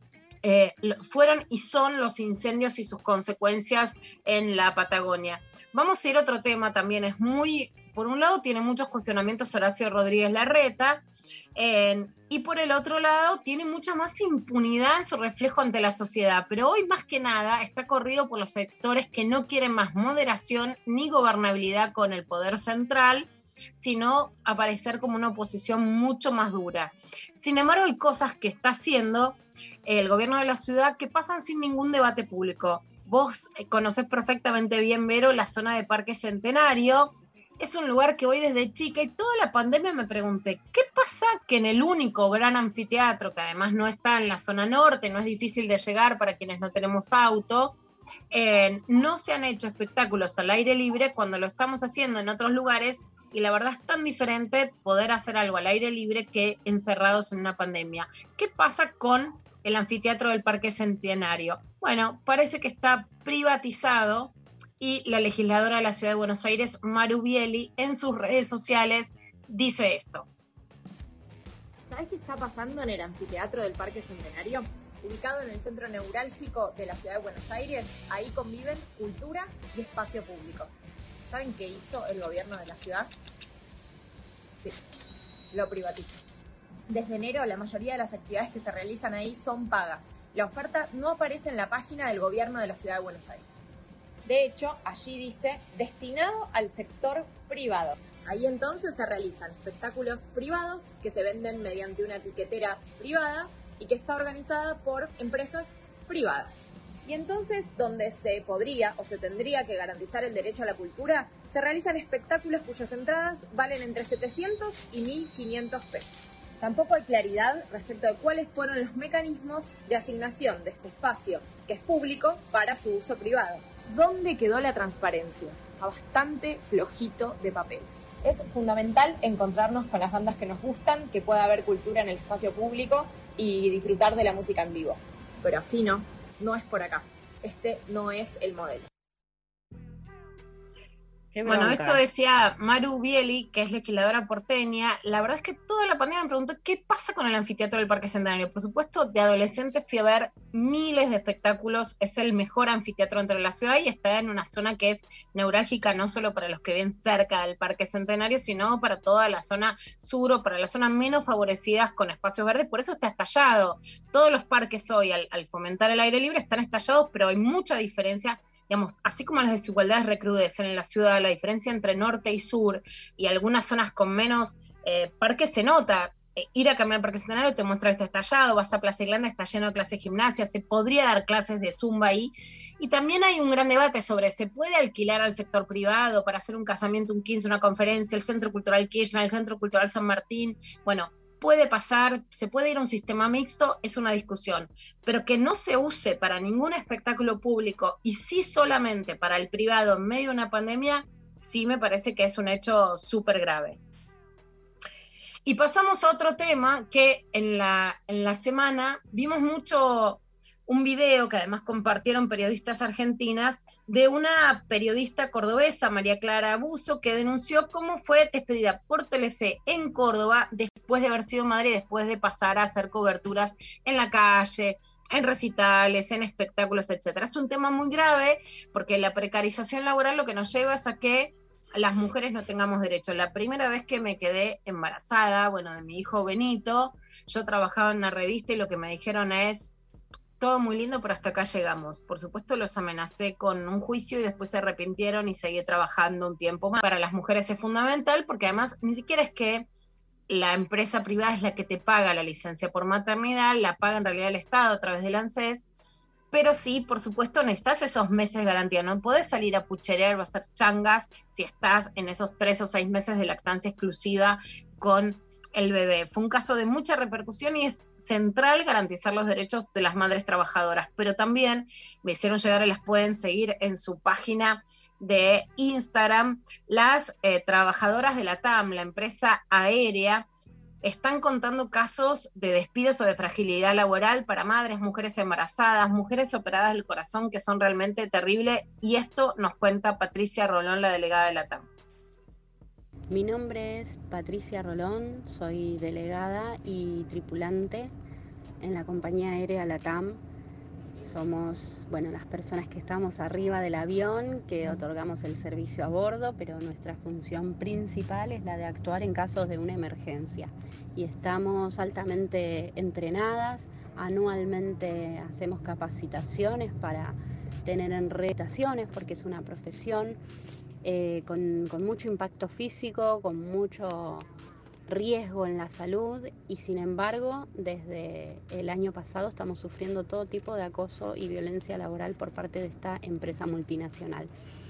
y son los incendios y sus consecuencias en la Patagonia. Vamos a ir a otro tema también, es muy, por un lado tiene muchos cuestionamientos Horacio Rodríguez Larreta, y por el otro lado tiene mucha más impunidad en su reflejo ante la sociedad, pero hoy más que nada está corrido por los sectores que no quieren más moderación ni gobernabilidad con el poder central, sino aparecer como una oposición mucho más dura. Sin embargo, hay cosas que está haciendo el gobierno de la ciudad que pasan sin ningún debate público. Vos conocés perfectamente bien, Vero, la zona de Parque Centenario. Es un lugar que voy desde chica y toda la pandemia me pregunté, ¿qué pasa que en el único gran anfiteatro, que además no está en la zona norte, no es difícil de llegar para quienes no tenemos auto, no se han hecho espectáculos al aire libre cuando lo estamos haciendo en otros lugares? Y la verdad es tan diferente poder hacer algo al aire libre que encerrados en una pandemia. ¿Qué pasa con el anfiteatro del Parque Centenario? Bueno, parece que está privatizado, y la legisladora de la Ciudad de Buenos Aires, Maru Bieli, en sus redes sociales dice esto. ¿Sabés qué está pasando en el anfiteatro del Parque Centenario? Ubicado en el centro neurálgico de la Ciudad de Buenos Aires, ahí conviven cultura y espacio público. ¿Saben qué hizo el gobierno de la ciudad? Sí, lo privatizó. Desde enero, la mayoría de las actividades que se realizan ahí son pagas. La oferta no aparece en la página del gobierno de la Ciudad de Buenos Aires. De hecho, allí dice, destinado al sector privado. Ahí entonces se realizan espectáculos privados que se venden mediante una etiquetera privada y que está organizada por empresas privadas. Y entonces, donde se podría o se tendría que garantizar el derecho a la cultura, se realizan espectáculos cuyas entradas valen entre 700 y 1.500 pesos. Tampoco hay claridad respecto de cuáles fueron los mecanismos de asignación de este espacio, que es público, para su uso privado. ¿Dónde quedó la transparencia? Está bastante flojito de papeles. Es fundamental encontrarnos con las bandas que nos gustan, que pueda haber cultura en el espacio público y disfrutar de la música en vivo. Pero así no es por acá. Este no es el modelo. Bueno, esto decía Maru Bieli, que es legisladora porteña. La verdad es que toda la pandemia me preguntó qué pasa con el anfiteatro del Parque Centenario. Por supuesto, de adolescentes fui a ver miles de espectáculos. Es el mejor anfiteatro dentro de la ciudad y está en una zona que es neurálgica no solo para los que ven cerca del Parque Centenario, sino para toda la zona sur o para las zonas menos favorecidas con espacios verdes. Por eso está estallado. Todos los parques hoy, al fomentar el aire libre, están estallados, pero hay mucha diferencia. Digamos, así como las desigualdades recrudecen en la ciudad, la diferencia entre norte y sur y algunas zonas con menos parques se nota. Ir a caminar al Parque Centenario te muestra que está estallado, vas a Plaza Irlanda, está lleno de clases de gimnasia, se podría dar clases de zumba ahí. Y también hay un gran debate sobre, ¿se puede alquilar al sector privado para hacer un casamiento, un 15, una conferencia, el Centro Cultural Kirchner, el Centro Cultural San Martín? Bueno, puede pasar, se puede ir a un sistema mixto, es una discusión, pero que no se use para ningún espectáculo público y sí solamente para el privado en medio de una pandemia, sí me parece que es un hecho súper grave. Y pasamos a otro tema que en la semana vimos mucho un video que además compartieron periodistas argentinas de una periodista cordobesa, María Clara Abuso, que denunció cómo fue despedida por Telefe en Córdoba después de haber sido madre y después de pasar a hacer coberturas en la calle, en recitales, en espectáculos, etc. Es un tema muy grave porque la precarización laboral lo que nos lleva es a que las mujeres no tengamos derecho. La primera vez que me quedé embarazada, bueno, de mi hijo Benito, yo trabajaba en una revista y lo que me dijeron es: todo muy lindo, pero hasta acá llegamos. Por supuesto los amenacé con un juicio y después se arrepintieron y seguí trabajando un tiempo más. Para las mujeres es fundamental porque además ni siquiera es que la empresa privada es la que te paga la licencia por maternidad, la paga en realidad el Estado a través del ANSES, pero sí, por supuesto, necesitas esos meses de garantía. No podés salir a pucherear o a hacer changas si estás en esos 3 o 6 meses de lactancia exclusiva con el bebé. Fue un caso de mucha repercusión y es central garantizar los derechos de las madres trabajadoras, pero también me hicieron llegar y las pueden seguir en su página de Instagram. Las trabajadoras de la TAM, la empresa aérea, están contando casos de despidos o de fragilidad laboral para madres, mujeres embarazadas, mujeres operadas del corazón, que son realmente terribles, y esto nos cuenta Patricia Rolón, la delegada de la TAM. Mi nombre es Patricia Rolón, soy delegada y tripulante en la compañía aérea LATAM. Somos, las personas que estamos arriba del avión, que otorgamos el servicio a bordo, pero nuestra función principal es la de actuar en casos de una emergencia. Y estamos altamente entrenadas, anualmente hacemos capacitaciones para tener en retaciones, porque es una profesión con mucho impacto físico, con mucho riesgo en la salud, y sin embargo desde el año pasado estamos sufriendo todo tipo de acoso y violencia laboral por parte de esta empresa multinacional.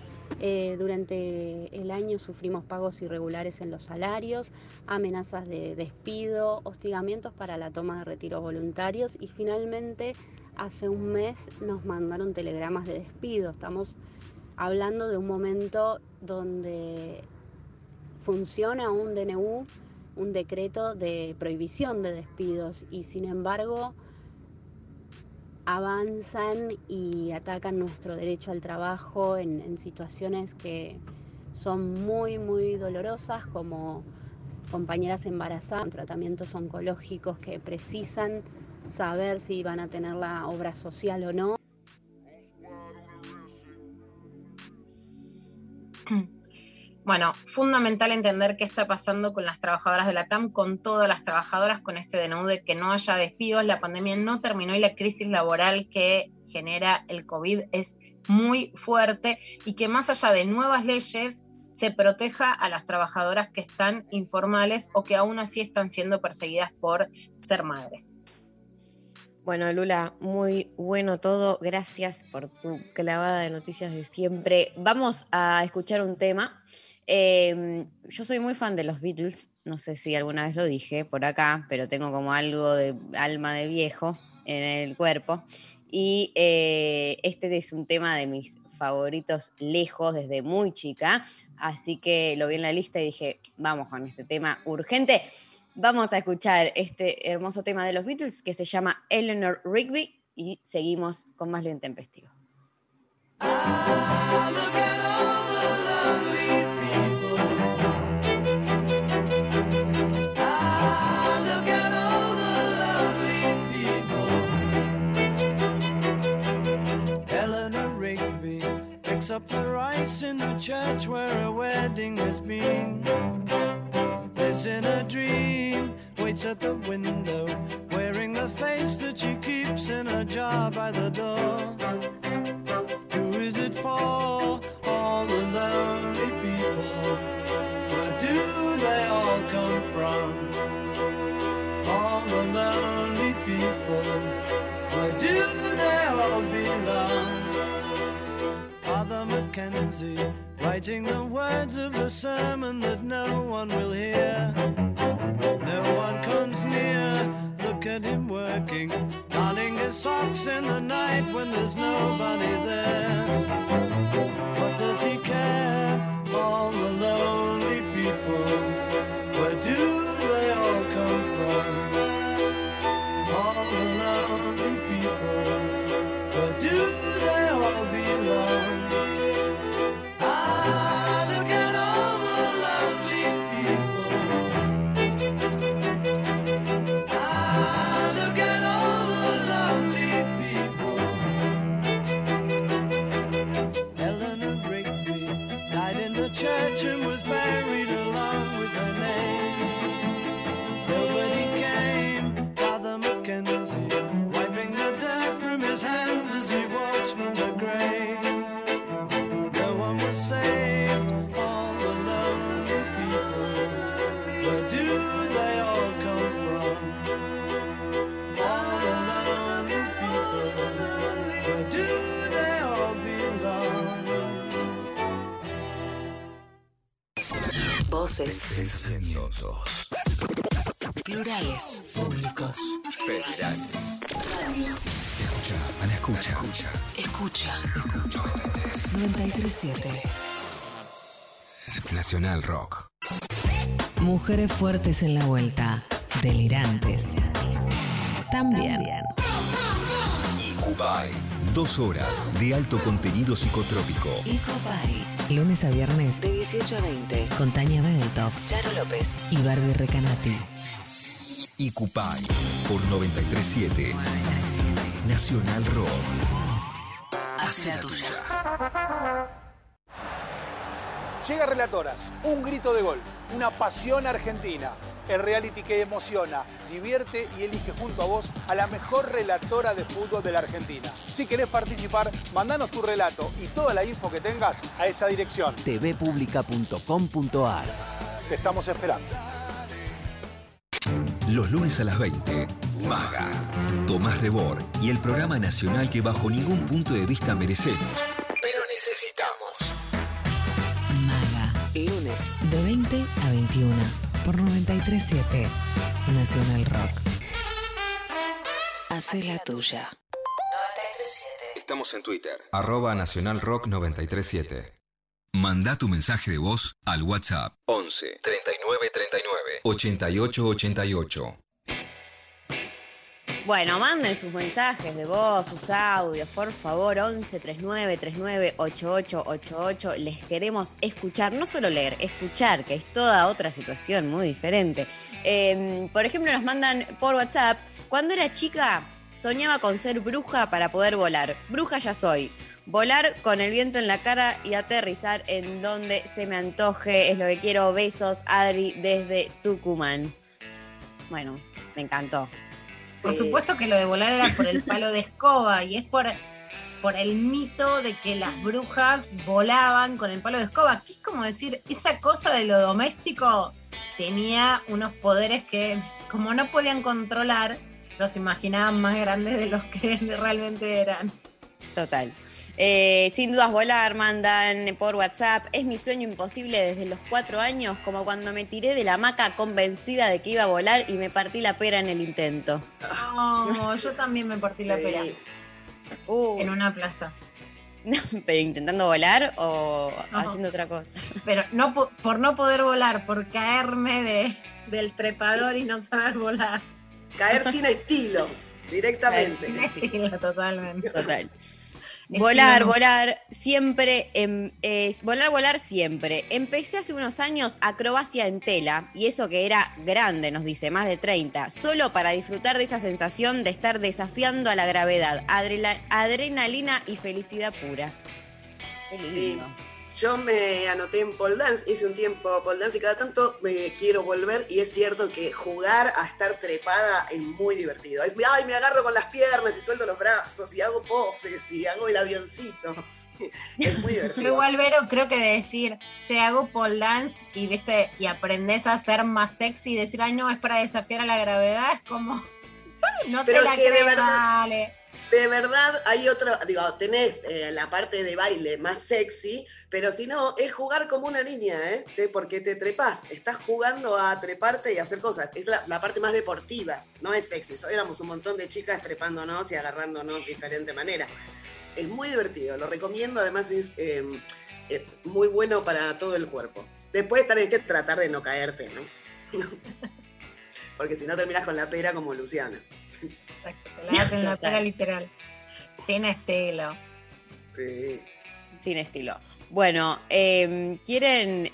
Durante el año sufrimos pagos irregulares en los salarios, amenazas de despido, hostigamientos para la toma de retiros voluntarios y finalmente hace un mes nos mandaron telegramas de despido. Estamos hablando de un momento donde funciona un DNU, un decreto de prohibición de despidos, y sin embargo avanzan y atacan nuestro derecho al trabajo en situaciones que son muy, muy dolorosas, como compañeras embarazadas con tratamientos oncológicos que precisan saber si van a tener la obra social o no. Bueno, fundamental entender qué está pasando con las trabajadoras de la TAM, con todas las trabajadoras, con este DNU de que no haya despidos. La pandemia no terminó y la crisis laboral que genera el COVID es muy fuerte, y que más allá de nuevas leyes se proteja a las trabajadoras que están informales o que aún así están siendo perseguidas por ser madres. Bueno, Lula, muy bueno todo. Gracias por tu clavada de noticias de siempre. Vamos a escuchar un tema. Yo soy muy fan de los Beatles. No sé si alguna vez lo dije por acá, pero tengo como algo de alma de viejo en el cuerpo. Y este es un tema de mis favoritos lejos desde muy chica. Así que lo vi en la lista y dije, vamos con este tema urgente. Vamos a escuchar este hermoso tema de los Beatles que se llama Eleanor Rigby y seguimos con más Lo Intempestivo. Eleanor Rigby picks up the rice in the church where a wedding has been. Lives in a dream, waits at the window, wearing the face that she keeps in a jar by the door. Who is it for? All the lonely people. Where do they all come from? All the lonely people. Where do they all belong? Father Mackenzie, writing the words of a sermon that no one will hear. No one comes near, look at him working, darning his socks in the night when there's nobody there. What does he care? All the lonely people, where do they all come from? All the lonely people, where do they all belong? Church and was buried along with her name. Nobody came, Father Mackenzie, wiping the dirt from his hands as he walks from the grave. No one was saved, all the lonely people. Where do they all come from? All the lonely people. Where do they all belong? Voces, pensamientos, plurales, públicos, Federales. Escucha, a la escucha. Escucha. 93.7 Nacional Rock. Mujeres fuertes en la vuelta, delirantes. También. Icupay. 2 horas de alto contenido psicotrópico. Icupay. Lunes a viernes de 18 a 20 con Tania Bedeltoff, Charo López y Barbie Recanati. Icupay por 93.7 Nacional Rock. Hace la tuya. Llega Relatoras, un grito de gol, una pasión argentina. El reality que emociona, divierte y elige junto a vos a la mejor relatora de fútbol de la Argentina. Si querés participar, mandanos tu relato y toda la info que tengas a esta dirección: tvpublica.com.ar. Te estamos esperando. Los lunes a las 20, Maga, Tomás Rebor y el programa nacional que bajo ningún punto de vista merecemos, pero necesitamos. Maga, lunes de 20 a 21 por 93.7 Nacional Rock. Hace la tuya. 93.7. Estamos en Twitter, @Nacional Rock 93.7. Manda tu mensaje de voz al WhatsApp 11 39 39 88 88. Bueno, manden sus mensajes de voz, sus audios, por favor, 11 39 39 88 88. Les queremos escuchar, no solo leer, escuchar, que es toda otra situación muy diferente. Por ejemplo, nos mandan por WhatsApp: cuando era chica soñaba con ser bruja para poder volar. Bruja ya soy. Volar con el viento en la cara y aterrizar en donde se me antoje es lo que quiero. Besos, Adri, desde Tucumán. Bueno, me encantó. Por supuesto que lo de volar era por el palo de escoba y es por el mito de que las brujas volaban con el palo de escoba, que es como decir, esa cosa de lo doméstico tenía unos poderes que, como no podían controlar, los imaginaban más grandes de los que realmente eran. Total. Sin dudas volar, mandan por WhatsApp. Es mi sueño imposible desde los 4 años, como cuando me tiré de la hamaca convencida de que iba a volar y me partí la pera en el intento. Oh, yo también me partí la pera. En una plaza. ¿Pero intentando volar o haciendo otra cosa? Pero no por no poder volar, por caerme del trepador y no saber volar. Caer sin estilo, directamente. Sin estilo, totalmente. Total. Volar siempre, volar siempre. Empecé hace unos años acrobacia en tela, y eso que era grande, nos dice, más de 30, solo para disfrutar de esa sensación de estar desafiando a la gravedad, adrenalina y felicidad pura. Qué lindo. Yo me anoté en pole dance, hice un tiempo pole dance y cada tanto me quiero volver, y es cierto que jugar a estar trepada es muy divertido. Ay, me agarro con las piernas y suelto los brazos y hago poses y hago el avioncito. Es muy divertido. Yo igual, Vero, creo que de decir, che, hago pole dance y aprendés a ser más sexy y decir, ay, no, es para desafiar a la gravedad, es como, no te la crees, dale. De verdad, hay otro, tenés la parte de baile más sexy, pero si no, es jugar como una niña, porque te trepás, estás jugando a treparte y hacer cosas, es la parte más deportiva, no es sexy, éramos un montón de chicas trepándonos y agarrándonos de diferente manera. Es muy divertido, lo recomiendo, además es muy bueno para todo el cuerpo. Después tenés que tratar de no caerte, ¿no? Porque si no terminás con la pera como Luciana. Te la hacen la pera literal. Sin estilo. Sí. Sin estilo. Bueno, ¿quieren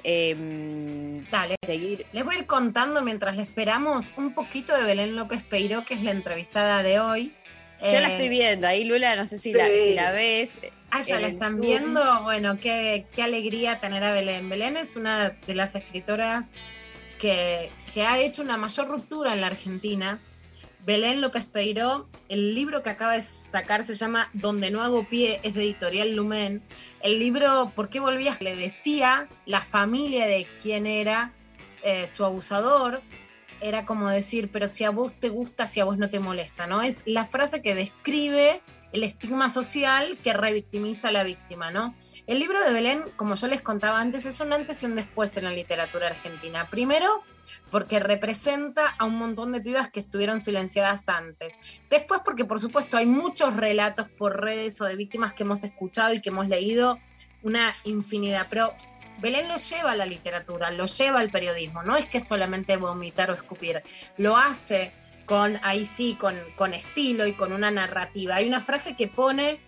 seguir? Les voy a ir contando mientras le esperamos un poquito de Belén López Peiró, que es la entrevistada de hoy. Yo la estoy viendo ahí, Lula, no sé si la ves. Ah, ya la están viendo. Bueno, qué alegría tener a Belén. Belén es una de las escritoras que ha hecho una mayor ruptura en la Argentina. Belén López Peiró, el libro que acaba de sacar se llama Donde no hago pie, es de Editorial Lumen. El libro, ¿por qué volvías? Le decía la familia de quién era su abusador. Era como decir, pero si a vos te gusta, si a vos no te molesta, ¿no? Es la frase que describe el estigma social que revictimiza a la víctima, ¿no? El libro de Belén, como yo les contaba antes, es un antes y un después en la literatura argentina. Primero, porque representa a un montón de pibas que estuvieron silenciadas antes. Después, porque por supuesto hay muchos relatos por redes o de víctimas que hemos escuchado y que hemos leído una infinidad, pero Belén lo lleva a la literatura, lo lleva al periodismo, no es que solamente vomitar o escupir, lo hace con estilo y con una narrativa. Hay una frase que pone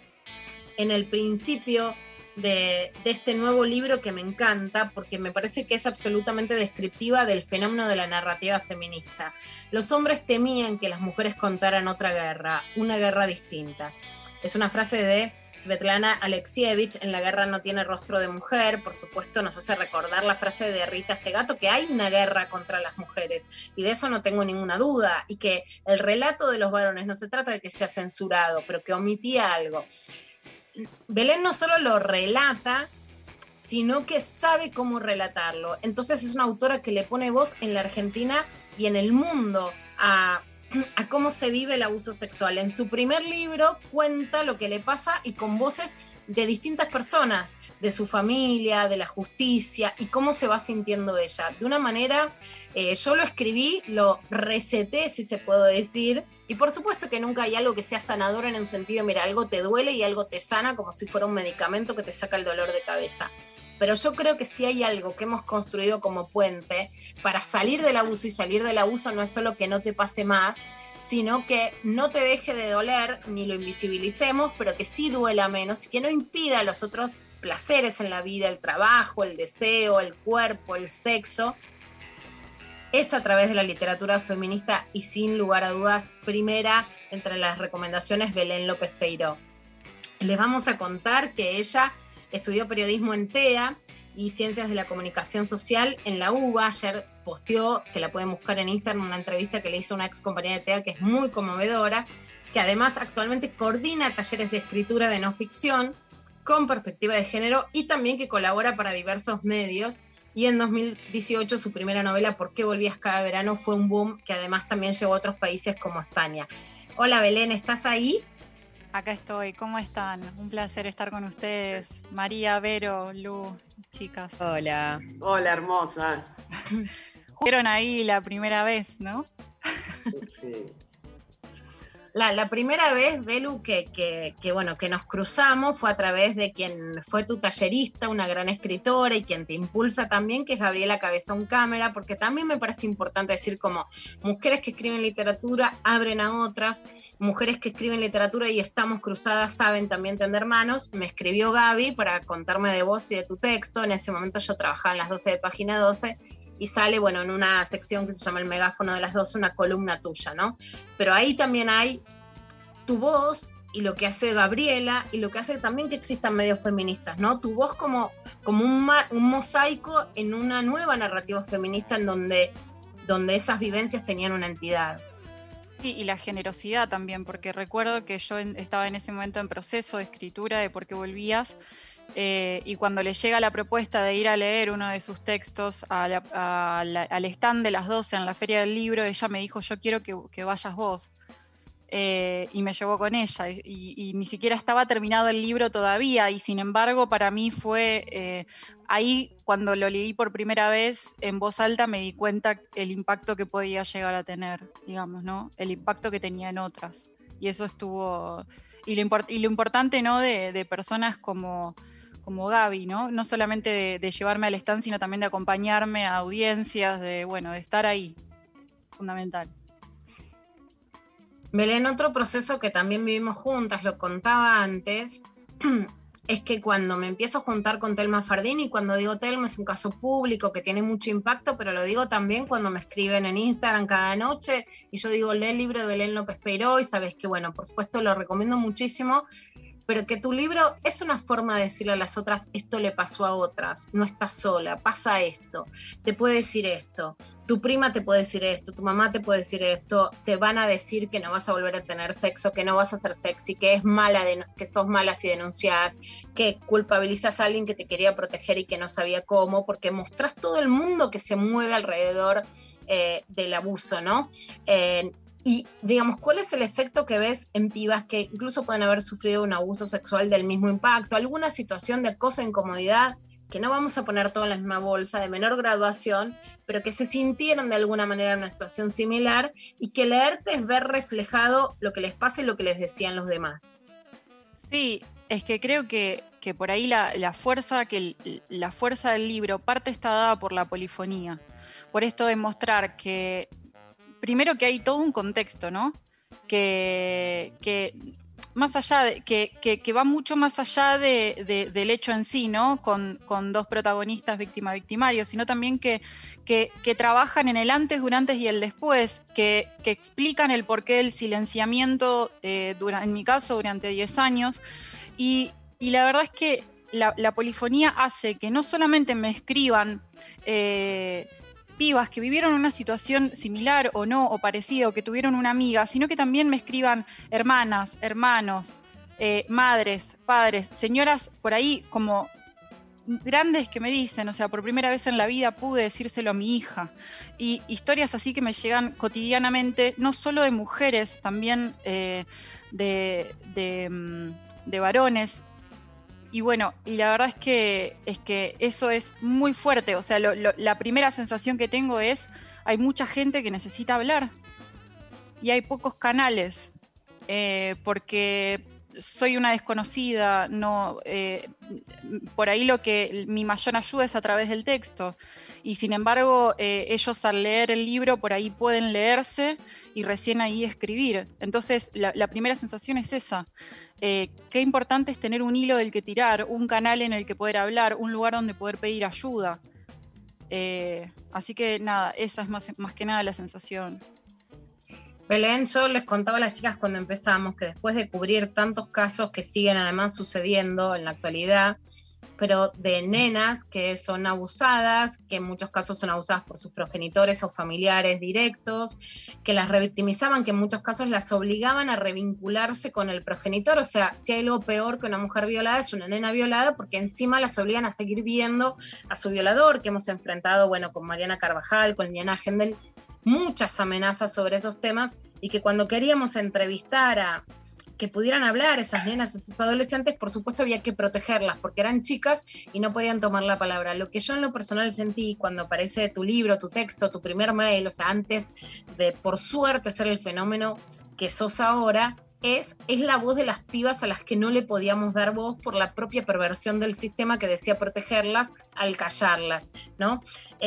en el principio de este nuevo libro que me encanta, porque me parece que es absolutamente descriptiva del fenómeno de la narrativa feminista. Los hombres temían que las mujeres contaran otra guerra, una guerra distinta. Es una frase de Svetlana Alexievich, En la guerra no tiene rostro de mujer. Por supuesto nos hace recordar la frase de Rita Segato, que hay una guerra contra las mujeres, y de eso no tengo ninguna duda, y que el relato de los varones no se trata de que sea censurado, pero que omitía algo. Belén no solo lo relata, sino que sabe cómo relatarlo. Entonces es una autora que le pone voz en la Argentina y en el mundo a cómo se vive el abuso sexual. En su primer libro cuenta lo que le pasa y con voces de distintas personas, de su familia, de la justicia y cómo se va sintiendo ella. De una manera, yo lo escribí, lo receté, si se puede decir, y por supuesto que nunca hay algo que sea sanador en un sentido, mira, algo te duele y algo te sana como si fuera un medicamento que te saca el dolor de cabeza. Pero yo creo que si hay algo que hemos construido como puente para salir del abuso, y salir del abuso no es solo que no te pase más, sino que no te deje de doler, ni lo invisibilicemos, pero que sí duela menos y que no impida los otros placeres en la vida, el trabajo, el deseo, el cuerpo, el sexo. Es a través de la literatura feminista y sin lugar a dudas, primera entre las recomendaciones, Belén López Peiró. Les vamos a contar que ella estudió periodismo en TEA y Ciencias de la Comunicación Social en la UBA. Ayer posteó, que la pueden buscar en Instagram, una entrevista que le hizo una ex compañera de TEA que es muy conmovedora, que además actualmente coordina talleres de escritura de no ficción con perspectiva de género y también que colabora para diversos medios. y en 2018 su primera novela, ¿Por qué volvías cada verano?, fue un boom que además también llegó a otros países como España. Hola Belén, ¿estás ahí? Acá estoy, ¿cómo están? Un placer estar con ustedes. María, Vero, Lu, chicas. Hola. Hola, hermosa. Fueron ahí la primera vez, ¿no? Sí. La primera vez, Belu, que nos cruzamos fue a través de quien fue tu tallerista, una gran escritora y quien te impulsa también, que es Gabriela Cabezón Cámara, porque también me parece importante decir como mujeres que escriben literatura abren a otras, mujeres que escriben literatura y estamos cruzadas saben también tender manos. Me escribió Gaby para contarme de vos y de tu texto. En ese momento yo trabajaba en las 12 de Página 12 y sale, bueno, en una sección que se llama El Megáfono de las 12, una columna tuya, ¿no? Pero ahí también hay tu voz y lo que hace Gabriela y lo que hace también que existan medios feministas, ¿no? Tu voz como un mosaico en una nueva narrativa feminista en donde esas vivencias tenían una entidad. Sí, y la generosidad también, porque recuerdo que yo estaba en ese momento en proceso de escritura de Por qué volvías, y cuando le llega la propuesta de ir a leer uno de sus textos al stand de las 12 en la Feria del Libro, ella me dijo, yo quiero que vayas vos. Y me llevó con ella y ni siquiera estaba terminado el libro todavía, y sin embargo para mí fue ahí cuando lo leí por primera vez en voz alta, me di cuenta el impacto que podía llegar a tener, digamos, ¿no? El impacto que tenía en otras, y eso estuvo, y lo importante, ¿no? de personas como Gaby, ¿no? No solamente de llevarme al stand, sino también de acompañarme a audiencias, de estar ahí, fundamental. Belén, otro proceso que también vivimos juntas, lo contaba antes, es que cuando me empiezo a juntar con Telma Fardín, y cuando digo Telma es un caso público que tiene mucho impacto, pero lo digo también cuando me escriben en Instagram cada noche, y yo digo, lee el libro de Belén López Peiró, y sabes que, bueno, por supuesto lo recomiendo muchísimo, pero que tu libro es una forma de decirle a las otras, esto le pasó a otras, no estás sola, pasa esto, te puede decir esto, tu prima te puede decir esto, tu mamá te puede decir esto, te van a decir que no vas a volver a tener sexo, que no vas a ser sexy, que es mala, que sos mala si denunciás, que culpabilizas a alguien que te quería proteger y que no sabía cómo, porque mostrás todo el mundo que se mueve alrededor del abuso, ¿no? Y, digamos, ¿cuál es el efecto que ves en pibas que incluso pueden haber sufrido un abuso sexual del mismo impacto, alguna situación de acoso e incomodidad, que no vamos a poner todo en la misma bolsa, de menor graduación, pero que se sintieron de alguna manera en una situación similar, y que leerte es ver reflejado lo que les pasa y lo que les decían los demás? Sí, es que creo que por ahí la fuerza del libro parte está dada por la polifonía, por esto de mostrar que primero que hay todo un contexto, ¿no? Que más allá de, que va mucho más allá del hecho en sí, ¿no? Con dos protagonistas víctima-victimario, sino también que trabajan en el antes, durante y el después, que explican el porqué del silenciamiento, en mi caso, durante 10 años. Y la verdad es que la polifonía hace que no solamente me escriban pibas que vivieron una situación similar o no, o parecida, o que tuvieron una amiga, sino que también me escriban hermanas, hermanos, madres, padres, señoras por ahí como grandes que me dicen, o sea, por primera vez en la vida pude decírselo a mi hija, y historias así que me llegan cotidianamente, no solo de mujeres, también de varones. Y bueno, y la verdad es que eso es muy fuerte, o sea, la primera sensación que tengo es, hay mucha gente que necesita hablar, y hay pocos canales, porque soy una desconocida, no, por ahí mi mayor ayuda es a través del texto, y sin embargo ellos al leer el libro por ahí pueden leerse y recién ahí escribir. Entonces la primera sensación es esa. Qué importante es tener un hilo del que tirar, un canal en el que poder hablar, un lugar donde poder pedir ayuda. Así que nada, esa es más que nada la sensación. Belén, yo les contaba a las chicas cuando empezamos que después de cubrir tantos casos que siguen además sucediendo en la actualidad, pero de nenas que son abusadas, que en muchos casos son abusadas por sus progenitores o familiares directos, que las revictimizaban, que en muchos casos las obligaban a revincularse con el progenitor. O sea, si hay algo peor que una mujer violada, es una nena violada, porque encima las obligan a seguir viendo a su violador, que hemos enfrentado, bueno, con Mariana Carvajal, con Liana Gendel, muchas amenazas sobre esos temas, y que cuando queríamos entrevistar a que pudieran hablar esas nenas, esos adolescentes, por supuesto había que protegerlas, porque eran chicas y no podían tomar la palabra. Lo que yo en lo personal sentí cuando aparece tu libro, tu texto, tu primer mail, o sea, antes de, por suerte, ser el fenómeno que sos ahora, es la voz de las pibas a las que no le podíamos dar voz por la propia perversión del sistema que decía protegerlas al callarlas, ¿no?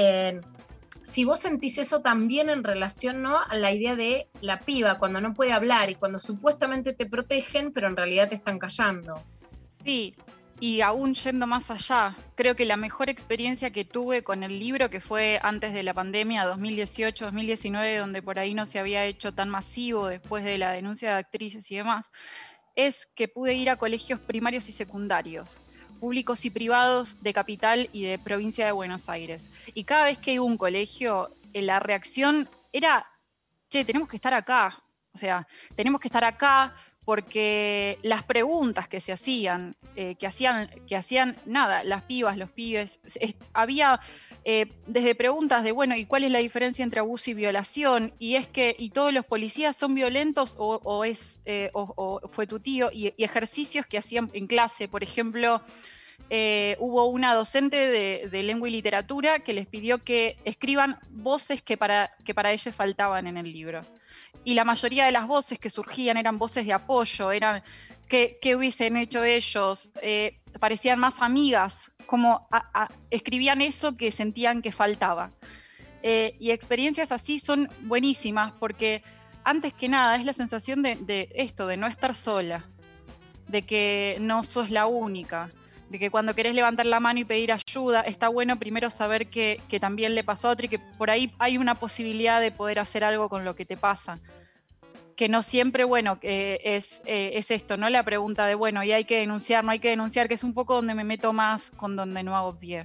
Si vos sentís eso también en relación, ¿no?, a la idea de la piba, cuando no puede hablar y cuando supuestamente te protegen, pero en realidad te están callando. Sí, y aún yendo más allá, creo que la mejor experiencia que tuve con el libro, que fue antes de la pandemia, 2018-2019, donde por ahí no se había hecho tan masivo después de la denuncia de actrices y demás, es que pude ir a colegios primarios y secundarios, públicos y privados de Capital y de Provincia de Buenos Aires. Y cada vez que iba a un colegio, la reacción era, che, tenemos que estar acá. O sea, tenemos que estar acá porque las preguntas que se hacían, que hacían nada, las pibas, los pibes, había desde preguntas de, bueno, ¿y cuál es la diferencia entre abuso y violación? ¿Y todos los policías son violentos o fue tu tío? Y ejercicios que hacían en clase, por ejemplo, hubo una docente de lengua y literatura que les pidió que escriban voces que para ellos faltaban en el libro. Y la mayoría de las voces que surgían eran voces de apoyo, eran qué hubiesen hecho ellos, parecían más amigas, como escribían eso que sentían que faltaba. Y experiencias así son buenísimas porque antes que nada es la sensación de esto, de no estar sola, de que no sos la única, de que cuando querés levantar la mano y pedir ayuda, está bueno primero saber que también le pasó a otro y que por ahí hay una posibilidad de poder hacer algo con lo que te pasa. Que no siempre, bueno, es esto, ¿no? La pregunta de, bueno, y hay que denunciar, no hay que denunciar, que es un poco donde me meto más con donde no hago pie.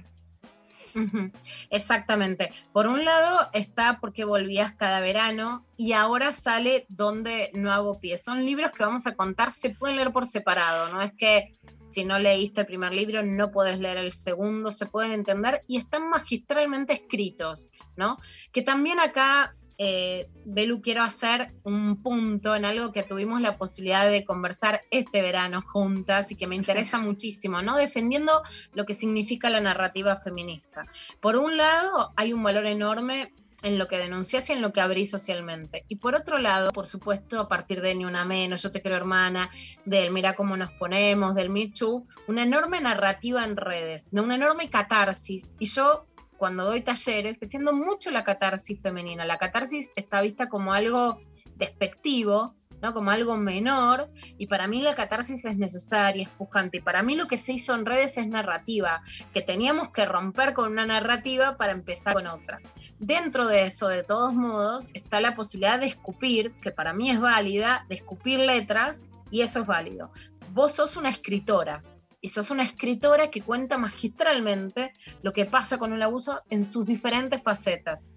Exactamente. Por un lado está Porque volvías cada verano, y ahora sale Donde no hago pie. Son libros que vamos a contar, se pueden leer por separado, no es que si no leíste el primer libro no podés leer el segundo, se pueden entender y están magistralmente escritos, ¿no? Que también acá, Belu, quiero hacer un punto en algo que tuvimos la posibilidad de conversar este verano juntas y que me interesa muchísimo, ¿no? Defendiendo lo que significa la narrativa feminista. Por un lado, hay un valor enorme en lo que denunciás y en lo que abrís socialmente. Y por otro lado, por supuesto, a partir de Ni Una Menos, Yo Te Creo Hermana, del Mira Cómo Nos Ponemos, del Me Too, una enorme narrativa en redes, de una enorme catarsis. Y yo, cuando doy talleres, defiendo mucho la catarsis femenina. La catarsis está vista como algo despectivo, ¿no? Como algo menor, y para mí la catarsis es necesaria, es pujante, y para mí lo que se hizo en redes es narrativa, que teníamos que romper con una narrativa para empezar con otra. Dentro de eso, de todos modos, está la posibilidad de escupir, que para mí es válida, de escupir letras, y eso es válido. Vos sos una escritora, y sos una escritora que cuenta magistralmente lo que pasa con el abuso en sus diferentes facetas.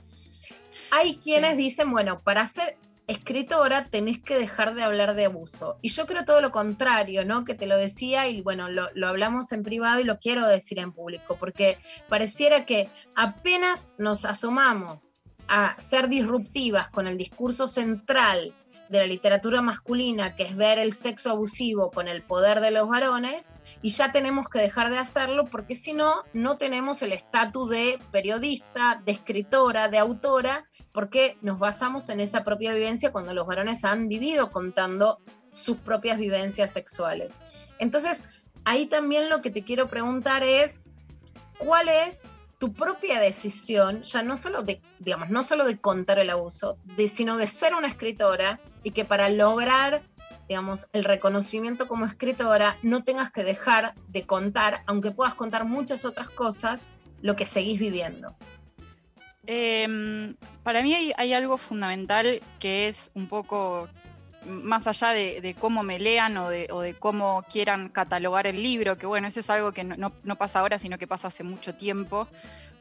Hay quienes dicen, bueno, para ser escritora tenés que dejar de hablar de abuso. Y yo creo todo lo contrario, ¿no? Que te lo decía y bueno, lo hablamos en privado y lo quiero decir en público, porque pareciera que apenas nos asomamos a ser disruptivas con el discurso central de la literatura masculina, que es ver el sexo abusivo con el poder de los varones, y ya tenemos que dejar de hacerlo porque si no, no tenemos el estatus de periodista, de escritora, de autora, porque nos basamos en esa propia vivencia cuando los varones han vivido contando sus propias vivencias sexuales. Entonces, ahí también lo que te quiero preguntar es, ¿cuál es tu propia decisión, ya no solo de, digamos, no solo de contar el abuso, sino de ser una escritora y que para lograr, digamos, el reconocimiento como escritora no tengas que dejar de contar, aunque puedas contar muchas otras cosas, lo que seguís viviendo? Para mí hay algo fundamental que es un poco más allá de cómo me lean o de cómo quieran catalogar el libro, que bueno, eso es algo que no pasa ahora, sino que pasa hace mucho tiempo,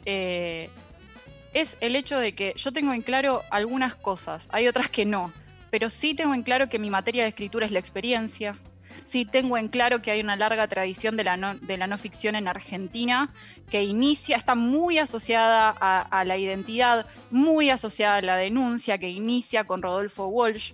es el hecho de que yo tengo en claro algunas cosas, hay otras que no, pero sí tengo en claro que mi materia de escritura es la experiencia, sí tengo en claro que hay una larga tradición de la no ficción en Argentina, que está muy asociada a la identidad, muy asociada a la denuncia, que inicia con Rodolfo Walsh,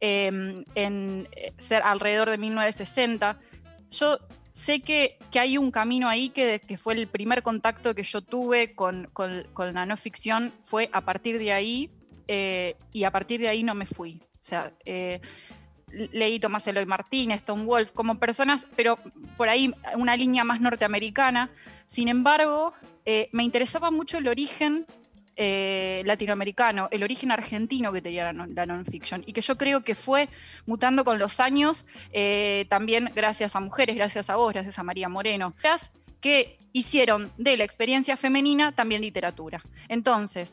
ser alrededor de 1960. Yo sé que hay un camino ahí que fue el primer contacto que yo tuve con la no ficción, fue a partir de ahí, y a partir de ahí no me fui. O sea, leí Tomás Eloy Martínez, Tom Wolfe, como personas, pero por ahí una línea más norteamericana. Sin embargo, me interesaba mucho el origen latinoamericano, el origen argentino que tenía la non-fiction, y que yo creo que fue mutando con los años, también gracias a mujeres, gracias a vos, gracias a María Moreno, que hicieron de la experiencia femenina también literatura. Entonces,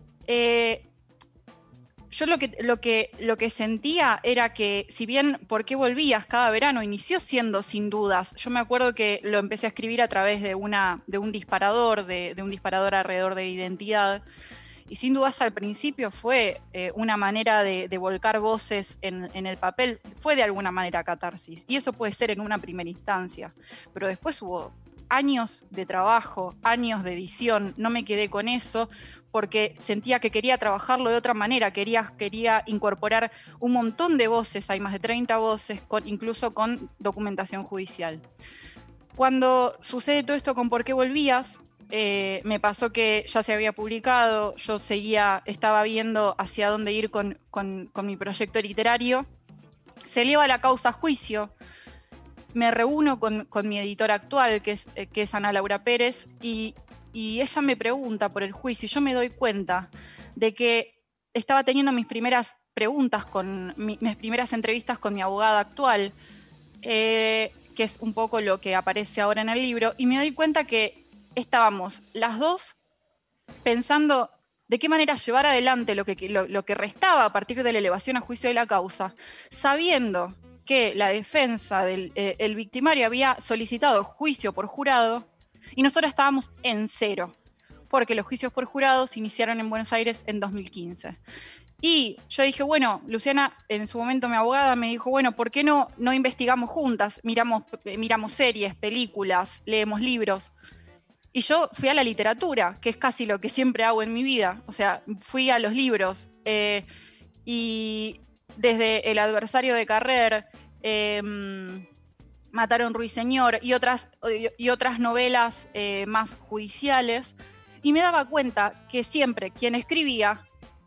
yo lo que sentía era que, si bien ¿Por qué volvías? Cada verano inició siendo sin dudas. Yo me acuerdo que lo empecé a escribir a través de un disparador, de un disparador alrededor de identidad. Y sin dudas al principio fue una manera de volcar voces en el papel. Fue de alguna manera catarsis. Y eso puede ser en una primera instancia. Pero después hubo años de trabajo, años de edición. No me quedé con eso, porque sentía que quería trabajarlo de otra manera, quería incorporar un montón de voces, hay más de 30 voces, incluso con documentación judicial. Cuando sucede todo esto con ¿Por qué volvías?, me pasó que ya se había publicado, yo estaba viendo hacia dónde ir con mi proyecto literario, se eleva la causa a juicio, me reúno con mi editora actual, que es Ana Laura Pérez, y ella me pregunta por el juicio, y yo me doy cuenta de que estaba teniendo mis primeras preguntas, mis primeras entrevistas con mi abogada actual, que es un poco lo que aparece ahora en el libro, y me doy cuenta que estábamos las dos pensando de qué manera llevar adelante lo que restaba a partir de la elevación a juicio de la causa, sabiendo que la defensa el victimario había solicitado juicio por jurado, y nosotros estábamos en cero, porque los juicios por jurado se iniciaron en Buenos Aires en 2015. Y yo dije, bueno, Luciana, en su momento mi abogada me dijo, bueno, ¿por qué no investigamos juntas? Miramos series, películas, leemos libros. Y yo fui a la literatura, que es casi lo que siempre hago en mi vida. O sea, fui a los libros. Y desde El adversario de Carrer, Mataron Ruiseñor y otras novelas más judiciales, y me daba cuenta que siempre quien escribía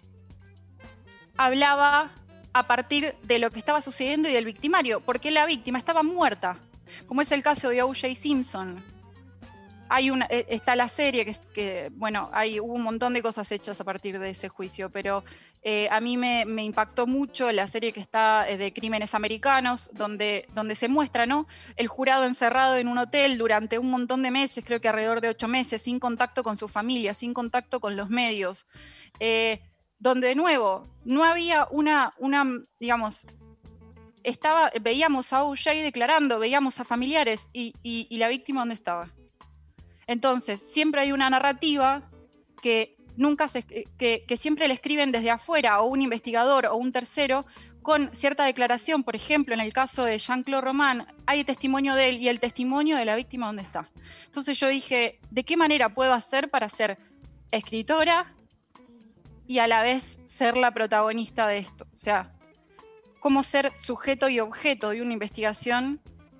hablaba a partir de lo que estaba sucediendo y del victimario, porque la víctima estaba muerta, como es el caso de O.J. Simpson. Está la serie hubo un montón de cosas hechas a partir de ese juicio, pero a mí me impactó mucho la serie que está de Crímenes Americanos, donde se muestra, ¿no?, el jurado encerrado en un hotel durante un montón de meses, creo que alrededor de 8 meses, sin contacto con su familia, sin contacto con los medios, donde de nuevo no había veíamos a O.J. declarando, veíamos a familiares y la víctima ¿dónde estaba? Entonces, siempre hay una narrativa que siempre le escriben desde afuera, o un investigador o un tercero, con cierta declaración. Por ejemplo, en el caso de Jean-Claude Roman, hay testimonio de él y el testimonio de la víctima ¿dónde está? Entonces yo dije, ¿de qué manera puedo hacer para ser escritora y a la vez ser la protagonista de esto? O sea, ¿cómo ser sujeto y objeto de una investigación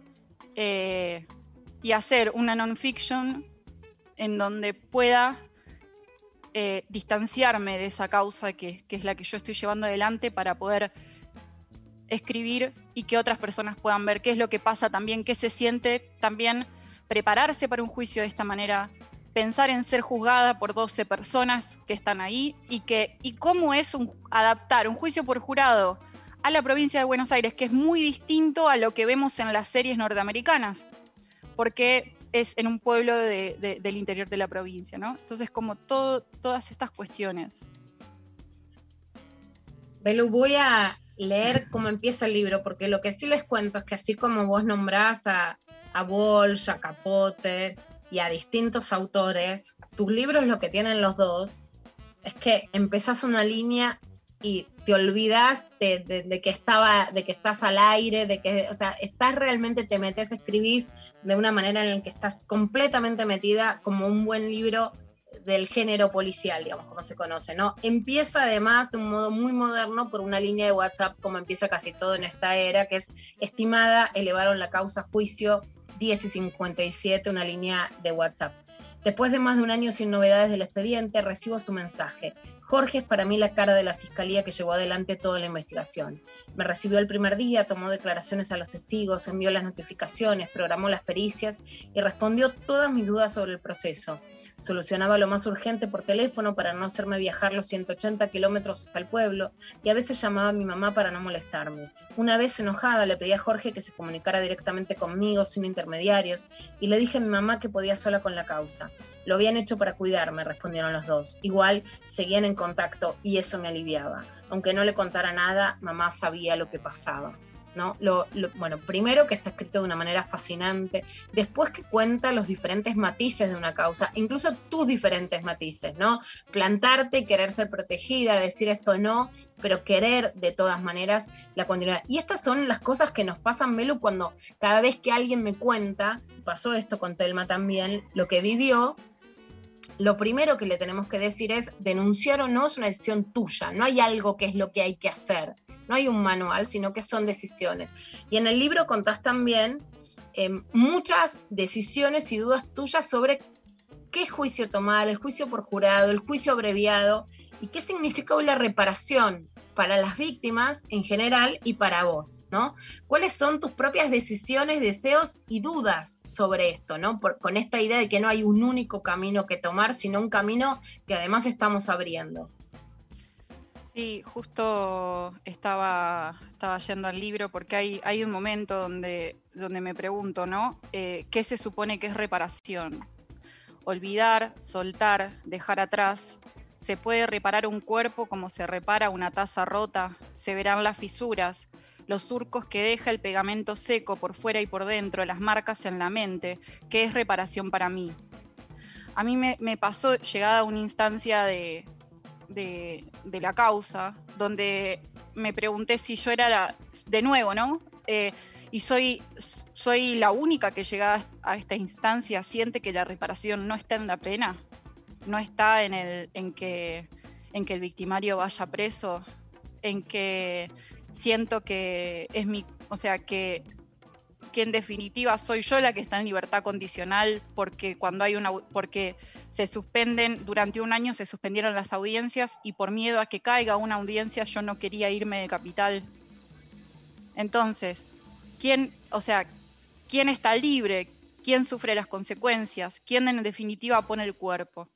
y hacer una non-fiction en donde pueda distanciarme de esa causa que es la que yo estoy llevando adelante, para poder escribir y que otras personas puedan ver qué es lo que pasa también, qué se siente también prepararse para un juicio de esta manera, pensar en ser juzgada por 12 personas que están ahí, y cómo es adaptar un juicio por jurado a la provincia de Buenos Aires, que es muy distinto a lo que vemos en las series norteamericanas, porque es en un pueblo del interior de la provincia, ¿no? Entonces, como todas estas cuestiones. Belu, voy a leer cómo empieza el libro, porque lo que sí les cuento es que así como vos nombrás a Walsh, a Capote y a distintos autores, tus libros lo que tienen los dos es que empezás una línea y te olvidás de que estás al aire, o sea, estás realmente, te metes, escribís de una manera en la que estás completamente metida, como un buen libro del género policial, digamos, como se conoce, ¿no? Empieza además de un modo muy moderno por una línea de WhatsApp, como empieza casi todo en esta era, que es: estimada, elevaron la causa a juicio 10:57, una línea de WhatsApp. Después de más de un año sin novedades del expediente, recibo su mensaje. Jorge es para mí la cara de la fiscalía que llevó adelante toda la investigación. Me recibió el primer día, tomó declaraciones a los testigos, envió las notificaciones, programó las pericias y respondió todas mis dudas sobre el proceso. Solucionaba lo más urgente por teléfono para no hacerme viajar los 180 kilómetros hasta el pueblo, y a veces llamaba a mi mamá para no molestarme. Una vez, enojada, le pedí a Jorge que se comunicara directamente conmigo sin intermediarios, y le dije a mi mamá que podía sola con la causa. Lo habían hecho para cuidarme, respondieron los dos. Igual seguían en contacto y eso me aliviaba. Aunque no le contara nada, mamá sabía lo que pasaba, ¿no? Bueno, primero que está escrito de una manera fascinante, después que cuenta los diferentes matices de una causa, incluso tus diferentes matices, ¿no? Plantarte, querer ser protegida, decir esto no, pero querer de todas maneras la continuidad. Y estas son las cosas que nos pasan, Melu, cuando cada vez que alguien me cuenta, pasó esto con Telma también, lo que vivió. Lo primero que le tenemos que decir es: denunciar o no es una decisión tuya, no hay algo que es lo que hay que hacer, no hay un manual, sino que son decisiones. Y en el libro contás también muchas decisiones y dudas tuyas sobre qué juicio tomar, el juicio por jurado, el juicio abreviado, y qué significa hoy la reparación para las víctimas en general y para vos, ¿no? ¿Cuáles son tus propias decisiones, deseos y dudas sobre esto, ¿no? Con esta idea de que no hay un único camino que tomar, sino un camino que además estamos abriendo. Sí, justo estaba yendo al libro porque hay un momento donde me pregunto, ¿no? ¿Qué se supone que es reparación? Olvidar, soltar, dejar atrás. Se puede reparar un cuerpo como se repara una taza rota, se verán las fisuras, los surcos que deja el pegamento seco por fuera y por dentro, las marcas en la mente. ¿Qué es reparación para mí? A mí me pasó, llegada a una instancia de la causa, donde me pregunté si yo era de nuevo, ¿no? Y soy la única que llegada a esta instancia siente que la reparación no está en la pena. No está en que el victimario vaya preso, en que siento que es que en definitiva soy yo la que está en libertad condicional, porque porque se suspenden, durante un año se suspendieron las audiencias y por miedo a que caiga una audiencia yo no quería irme de Capital. Entonces, ¿quién está libre? ¿Quién sufre las consecuencias? ¿Quién en definitiva pone el cuerpo?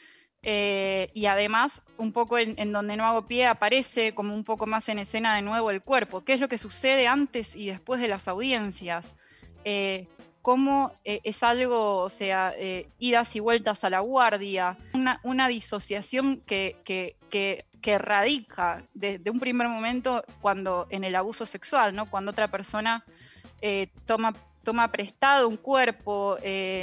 Y además, un poco en donde no hago pie, aparece como un poco más en escena de nuevo el cuerpo. ¿Qué es lo que sucede antes y después de las audiencias? Cómo es algo, idas y vueltas a la guardia, una disociación que radica desde un primer momento cuando en el abuso sexual, ¿no? Cuando otra persona toma prestado un cuerpo,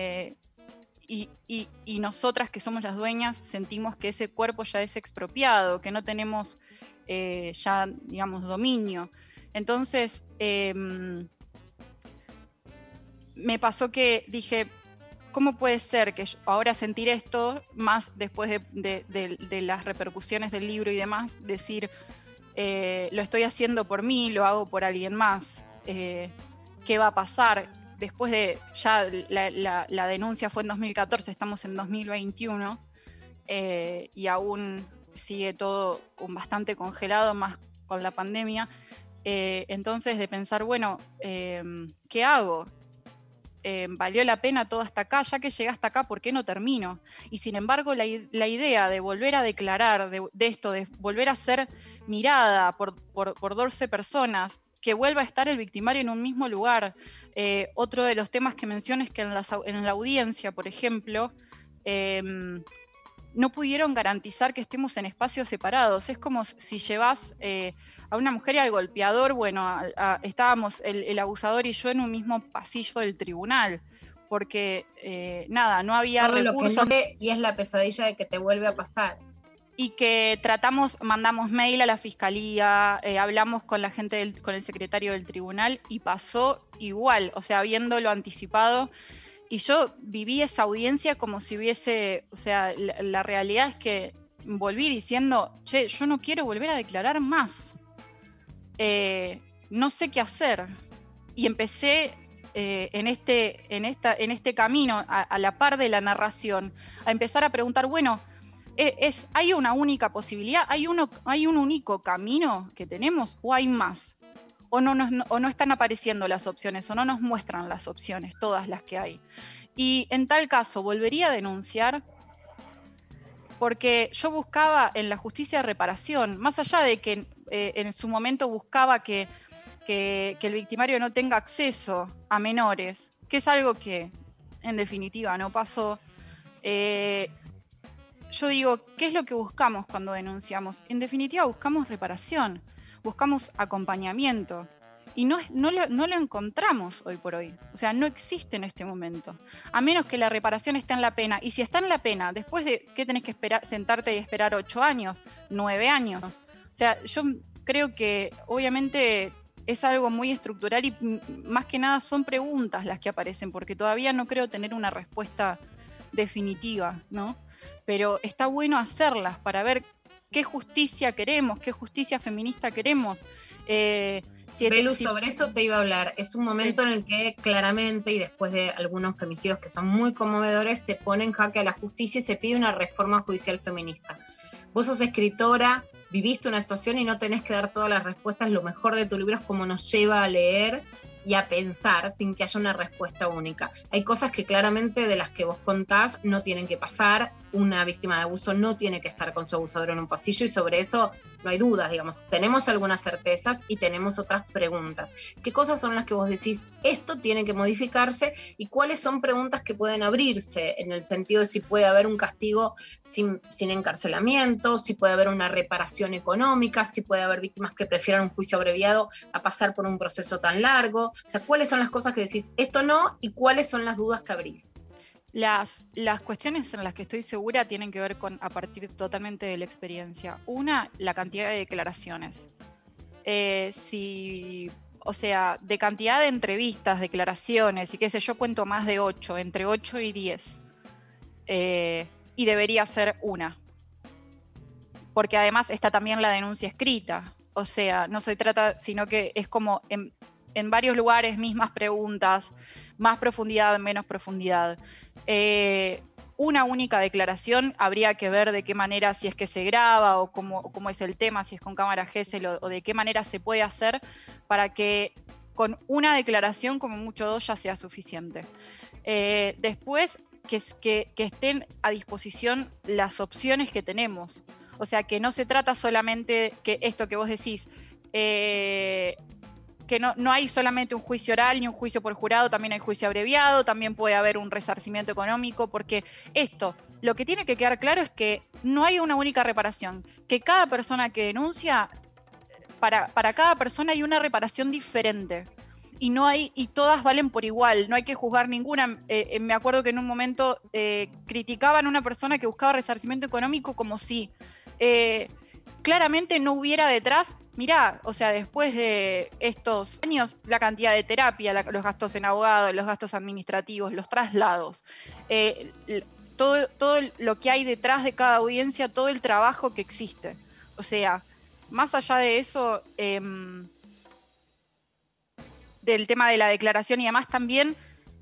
y nosotras que somos las dueñas sentimos que ese cuerpo ya es expropiado, que no tenemos ya, digamos, dominio. Entonces, me pasó que dije, ¿cómo puede ser que yo ahora sentir esto, más después de las repercusiones del libro y demás, decir, lo estoy haciendo por mí, lo hago por alguien más, ¿qué va a pasar? Después de ya la denuncia fue en 2014, estamos en 2021 y aún sigue todo bastante congelado, más con la pandemia. Entonces de pensar, bueno, ¿qué hago? ¿Valió la pena todo hasta acá? Ya que llegué hasta acá, ¿por qué no termino? Y sin embargo la idea de volver a declarar de esto, de volver a ser mirada por 12 personas, que vuelva a estar el victimario en un mismo lugar. Otro de los temas que menciono es que en la audiencia, por ejemplo, no pudieron garantizar que estemos en espacios separados. Es como si llevas a una mujer y al golpeador, bueno, estábamos el abusador y yo en un mismo pasillo del tribunal, porque nada, no había todo recursos. Lo que no ve, y es la pesadilla de que te vuelve a pasar. Y que mandamos mail a la fiscalía, hablamos con la gente, con el secretario del tribunal, y pasó igual, o sea, habiéndolo anticipado. Y yo viví esa audiencia como si hubiese, o sea, la realidad es que volví diciendo, che, yo no quiero volver a declarar más. No sé qué hacer. Y empecé en este camino, a la par de la narración, a empezar a preguntar, bueno, ¿hay una única posibilidad? ¿Hay un único camino que tenemos o hay más? O no están apareciendo las opciones, o no nos muestran las opciones, todas las que hay. Y en tal caso, volvería a denunciar, porque yo buscaba en la justicia de reparación, más allá de que en su momento buscaba que el victimario no tenga acceso a menores, que es algo que en definitiva no pasó. Yo digo, ¿qué es lo que buscamos cuando denunciamos? En definitiva buscamos reparación, buscamos acompañamiento, y no lo encontramos hoy por hoy. O sea, no existe en este momento, a menos que la reparación esté en la pena. Y si está en la pena, después de ¿qué tenés que esperar? Sentarte y esperar 8 años, 9 años. O sea, yo creo que obviamente es algo muy estructural, y más que nada son preguntas las que aparecen, porque todavía no creo tener una respuesta definitiva, ¿no? Pero está bueno hacerlas para ver qué justicia queremos, qué justicia feminista queremos. Belu, sobre eso te iba a hablar. Es un momento en el que claramente, y después de algunos femicidios que son muy conmovedores, se pone en jaque a la justicia y se pide una reforma judicial feminista. Vos sos escritora, viviste una situación y no tenés que dar todas las respuestas. Lo mejor de tu libro es cómo nos lleva a leer y a pensar sin que haya una respuesta única. Hay cosas que claramente de las que vos contás no tienen que pasar. Una víctima de abuso no tiene que estar con su abusador en un pasillo, y sobre eso no hay dudas, digamos. Tenemos algunas certezas y tenemos otras preguntas. ¿Qué cosas son las que vos decís, esto tiene que modificarse? ¿Y cuáles son preguntas que pueden abrirse en el sentido de si puede haber un castigo sin encarcelamiento, si puede haber una reparación económica, si puede haber víctimas que prefieran un juicio abreviado a pasar por un proceso tan largo? O sea, ¿cuáles son las cosas que decís, esto no, y cuáles son las dudas que abrís? Las cuestiones en las que estoy segura tienen que ver a partir totalmente de la experiencia. Una, la cantidad de declaraciones. O sea, de cantidad de entrevistas, declaraciones, y qué sé yo, cuento más de 8, entre 8 y 10. Y debería ser una. Porque además está también la denuncia escrita. O sea, no se trata, sino que es como en varios lugares mismas preguntas, más profundidad, menos profundidad. Una única declaración, habría que ver de qué manera, si es que se graba o cómo es el tema, si es con cámara Gesell o de qué manera se puede hacer para que con una declaración, como mucho 2, ya sea suficiente. Después, que estén a disposición las opciones que tenemos. O sea, que no se trata solamente que esto que vos decís, que no hay solamente un juicio oral ni un juicio por jurado, también hay juicio abreviado, también puede haber un resarcimiento económico, porque lo que tiene que quedar claro es que no hay una única reparación, que cada persona que denuncia, para cada persona hay una reparación diferente, y todas valen por igual, no hay que juzgar ninguna. Me acuerdo que en un momento criticaban a una persona que buscaba resarcimiento económico como si claramente no hubiera detrás. Mirá, o sea, después de estos años, la cantidad de terapia, los gastos en abogados, los gastos administrativos, los traslados, todo lo que hay detrás de cada audiencia, todo el trabajo que existe. O sea, más allá de eso, del tema de la declaración y además también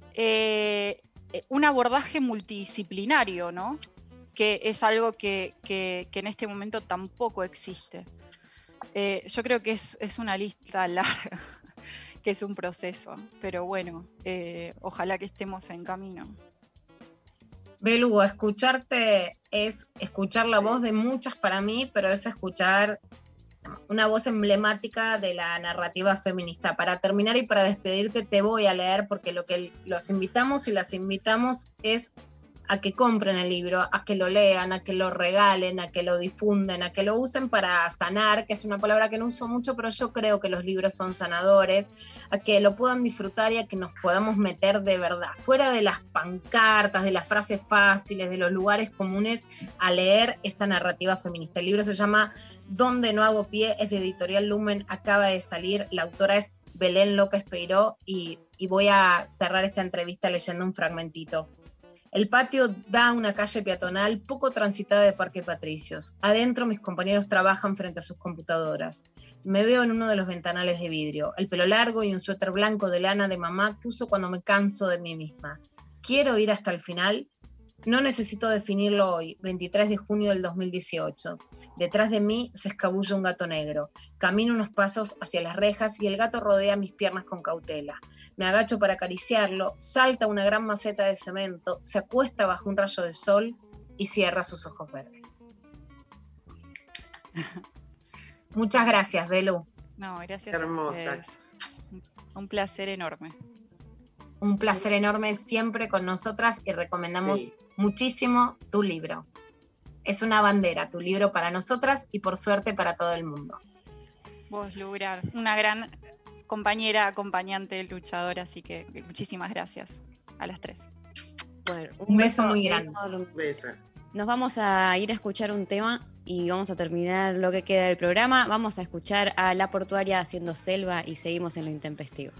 un abordaje multidisciplinario, ¿no? Que es algo que en este momento tampoco existe. Yo creo que es una lista larga, que es un proceso, pero bueno, ojalá que estemos en camino. Belu, escucharte es escuchar la voz de muchas para mí, pero es escuchar una voz emblemática de la narrativa feminista. Para terminar y para despedirte te voy a leer, porque lo que los invitamos y las invitamos es a que compren el libro, a que lo lean, a que lo regalen, a que lo difunden, a que lo usen para sanar, que es una palabra que no uso mucho, pero yo creo que los libros son sanadores, a que lo puedan disfrutar y a que nos podamos meter de verdad, fuera de las pancartas, de las frases fáciles, de los lugares comunes, a leer esta narrativa feminista. El libro se llama Donde no hago pie, es de Editorial Lumen, acaba de salir, la autora es Belén López Peiró y voy a cerrar esta entrevista leyendo un fragmentito. El patio da a una calle peatonal poco transitada de Parque Patricios. Adentro mis compañeros trabajan frente a sus computadoras. Me veo en uno de los ventanales de vidrio. El pelo largo y un suéter blanco de lana de mamá que uso cuando me canso de mí misma. ¿Quiero ir hasta el final? No necesito definirlo hoy, 23 de junio del 2018. Detrás de mí se escabulle un gato negro. Camino unos pasos hacia las rejas y el gato rodea mis piernas con cautela. Me agacho para acariciarlo, salta una gran maceta de cemento, se acuesta bajo un rayo de sol y cierra sus ojos verdes. Muchas gracias, Belu. No, gracias. Hermosa. A ustedes. Un placer enorme. Un placer enorme siempre con nosotras y recomendamos muchísimo tu libro. Es una bandera, tu libro para nosotras y por suerte para todo el mundo. Vos, Lura, una gran compañera, acompañante, luchadora, así que muchísimas gracias a las tres. Bueno, un beso muy grande. Beso. Nos vamos a ir a escuchar un tema y vamos a terminar lo que queda del programa. Vamos a escuchar a La Portuaria haciendo Selva y seguimos en lo intempestivo.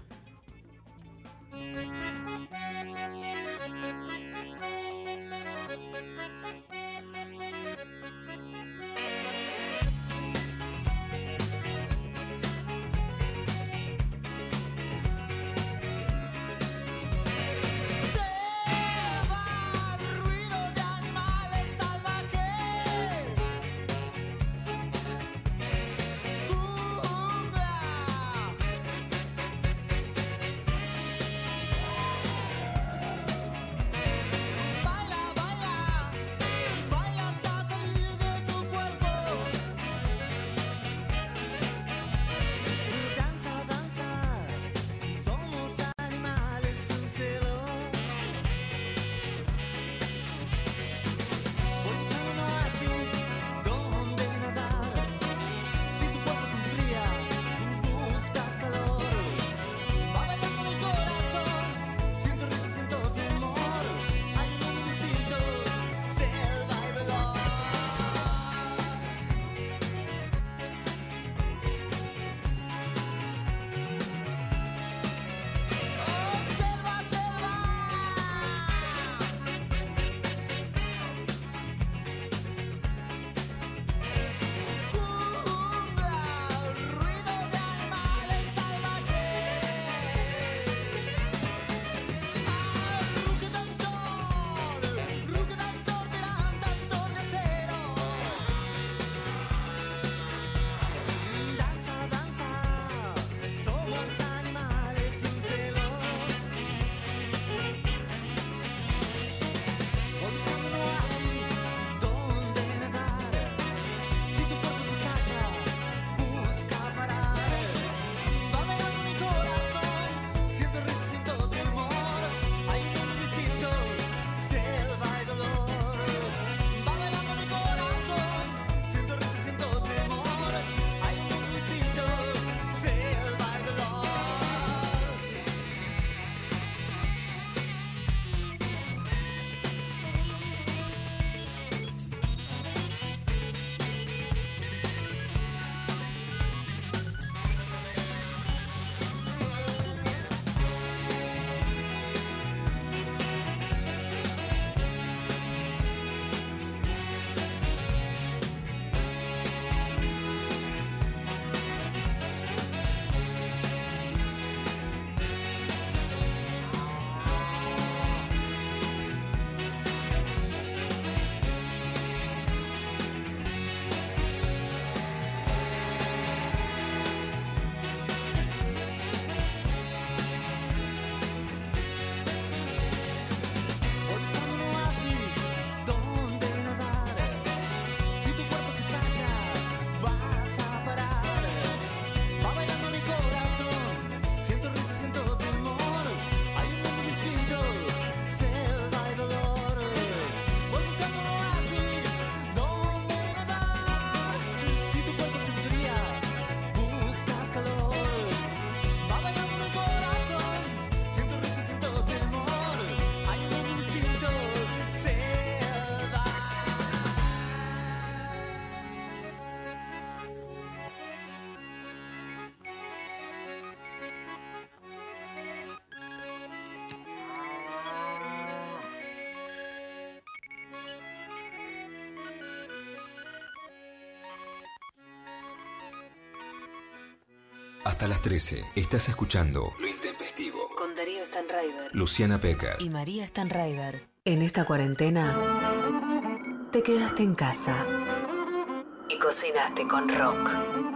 Hasta las 13 estás escuchando Lo Intempestivo Con Darío Stanraiver, Luciana Pecker y María Stanraiver. En esta cuarentena te quedaste en casa y cocinaste con Rock.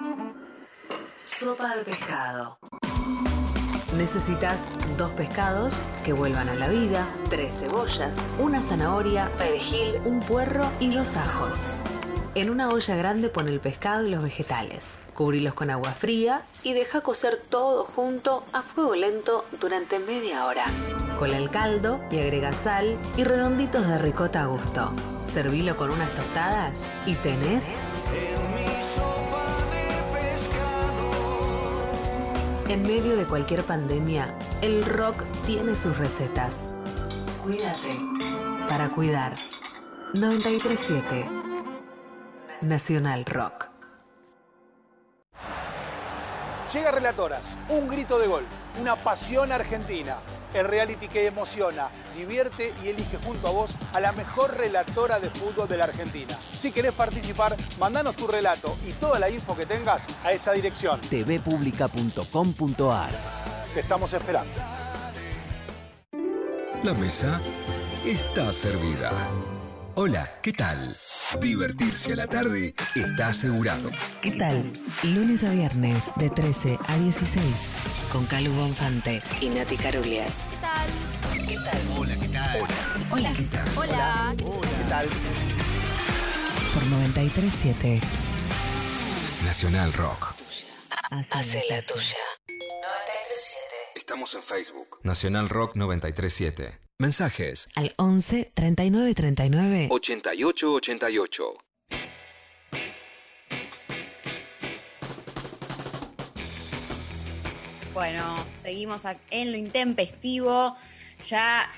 Sopa de pescado. Necesitas 2 pescados que vuelvan a la vida, 3 cebollas, una zanahoria, perejil, un puerro y 2 ajos. En una olla grande pon el pescado y los vegetales. Cubrilos con agua fría y deja cocer todo junto a fuego lento durante media hora. Cola el caldo y agrega sal y redonditos de ricota a gusto. Servilo con unas tostadas y tenés en medio de cualquier pandemia, el Rock tiene sus recetas. Cuídate para cuidar. 93.7 Nacional Rock. Llega Relatoras, un grito de gol, una pasión argentina. El reality que emociona, divierte y elige junto a vos a la mejor relatora de fútbol de la Argentina. Si querés participar, mandanos tu relato y toda la info que tengas a esta dirección: tvpublica.com.ar. Te estamos esperando. La mesa está servida. Hola, ¿qué tal? Divertirse a la tarde está asegurado. ¿Qué tal? Lunes a viernes de 13 a 16 con Calu Bonfante y Nati Carulias. ¿Qué tal? ¿Qué tal? Hola, ¿qué tal? Hola. ¿Qué tal? Hola. ¿Qué tal? Por 93.7 Nacional Rock. Hace la tuya. 93.7. Estamos en Facebook. Nacional Rock 93.7. Mensajes Al 11 39 39 88 88. Bueno, seguimos en Lo Intempestivo, ya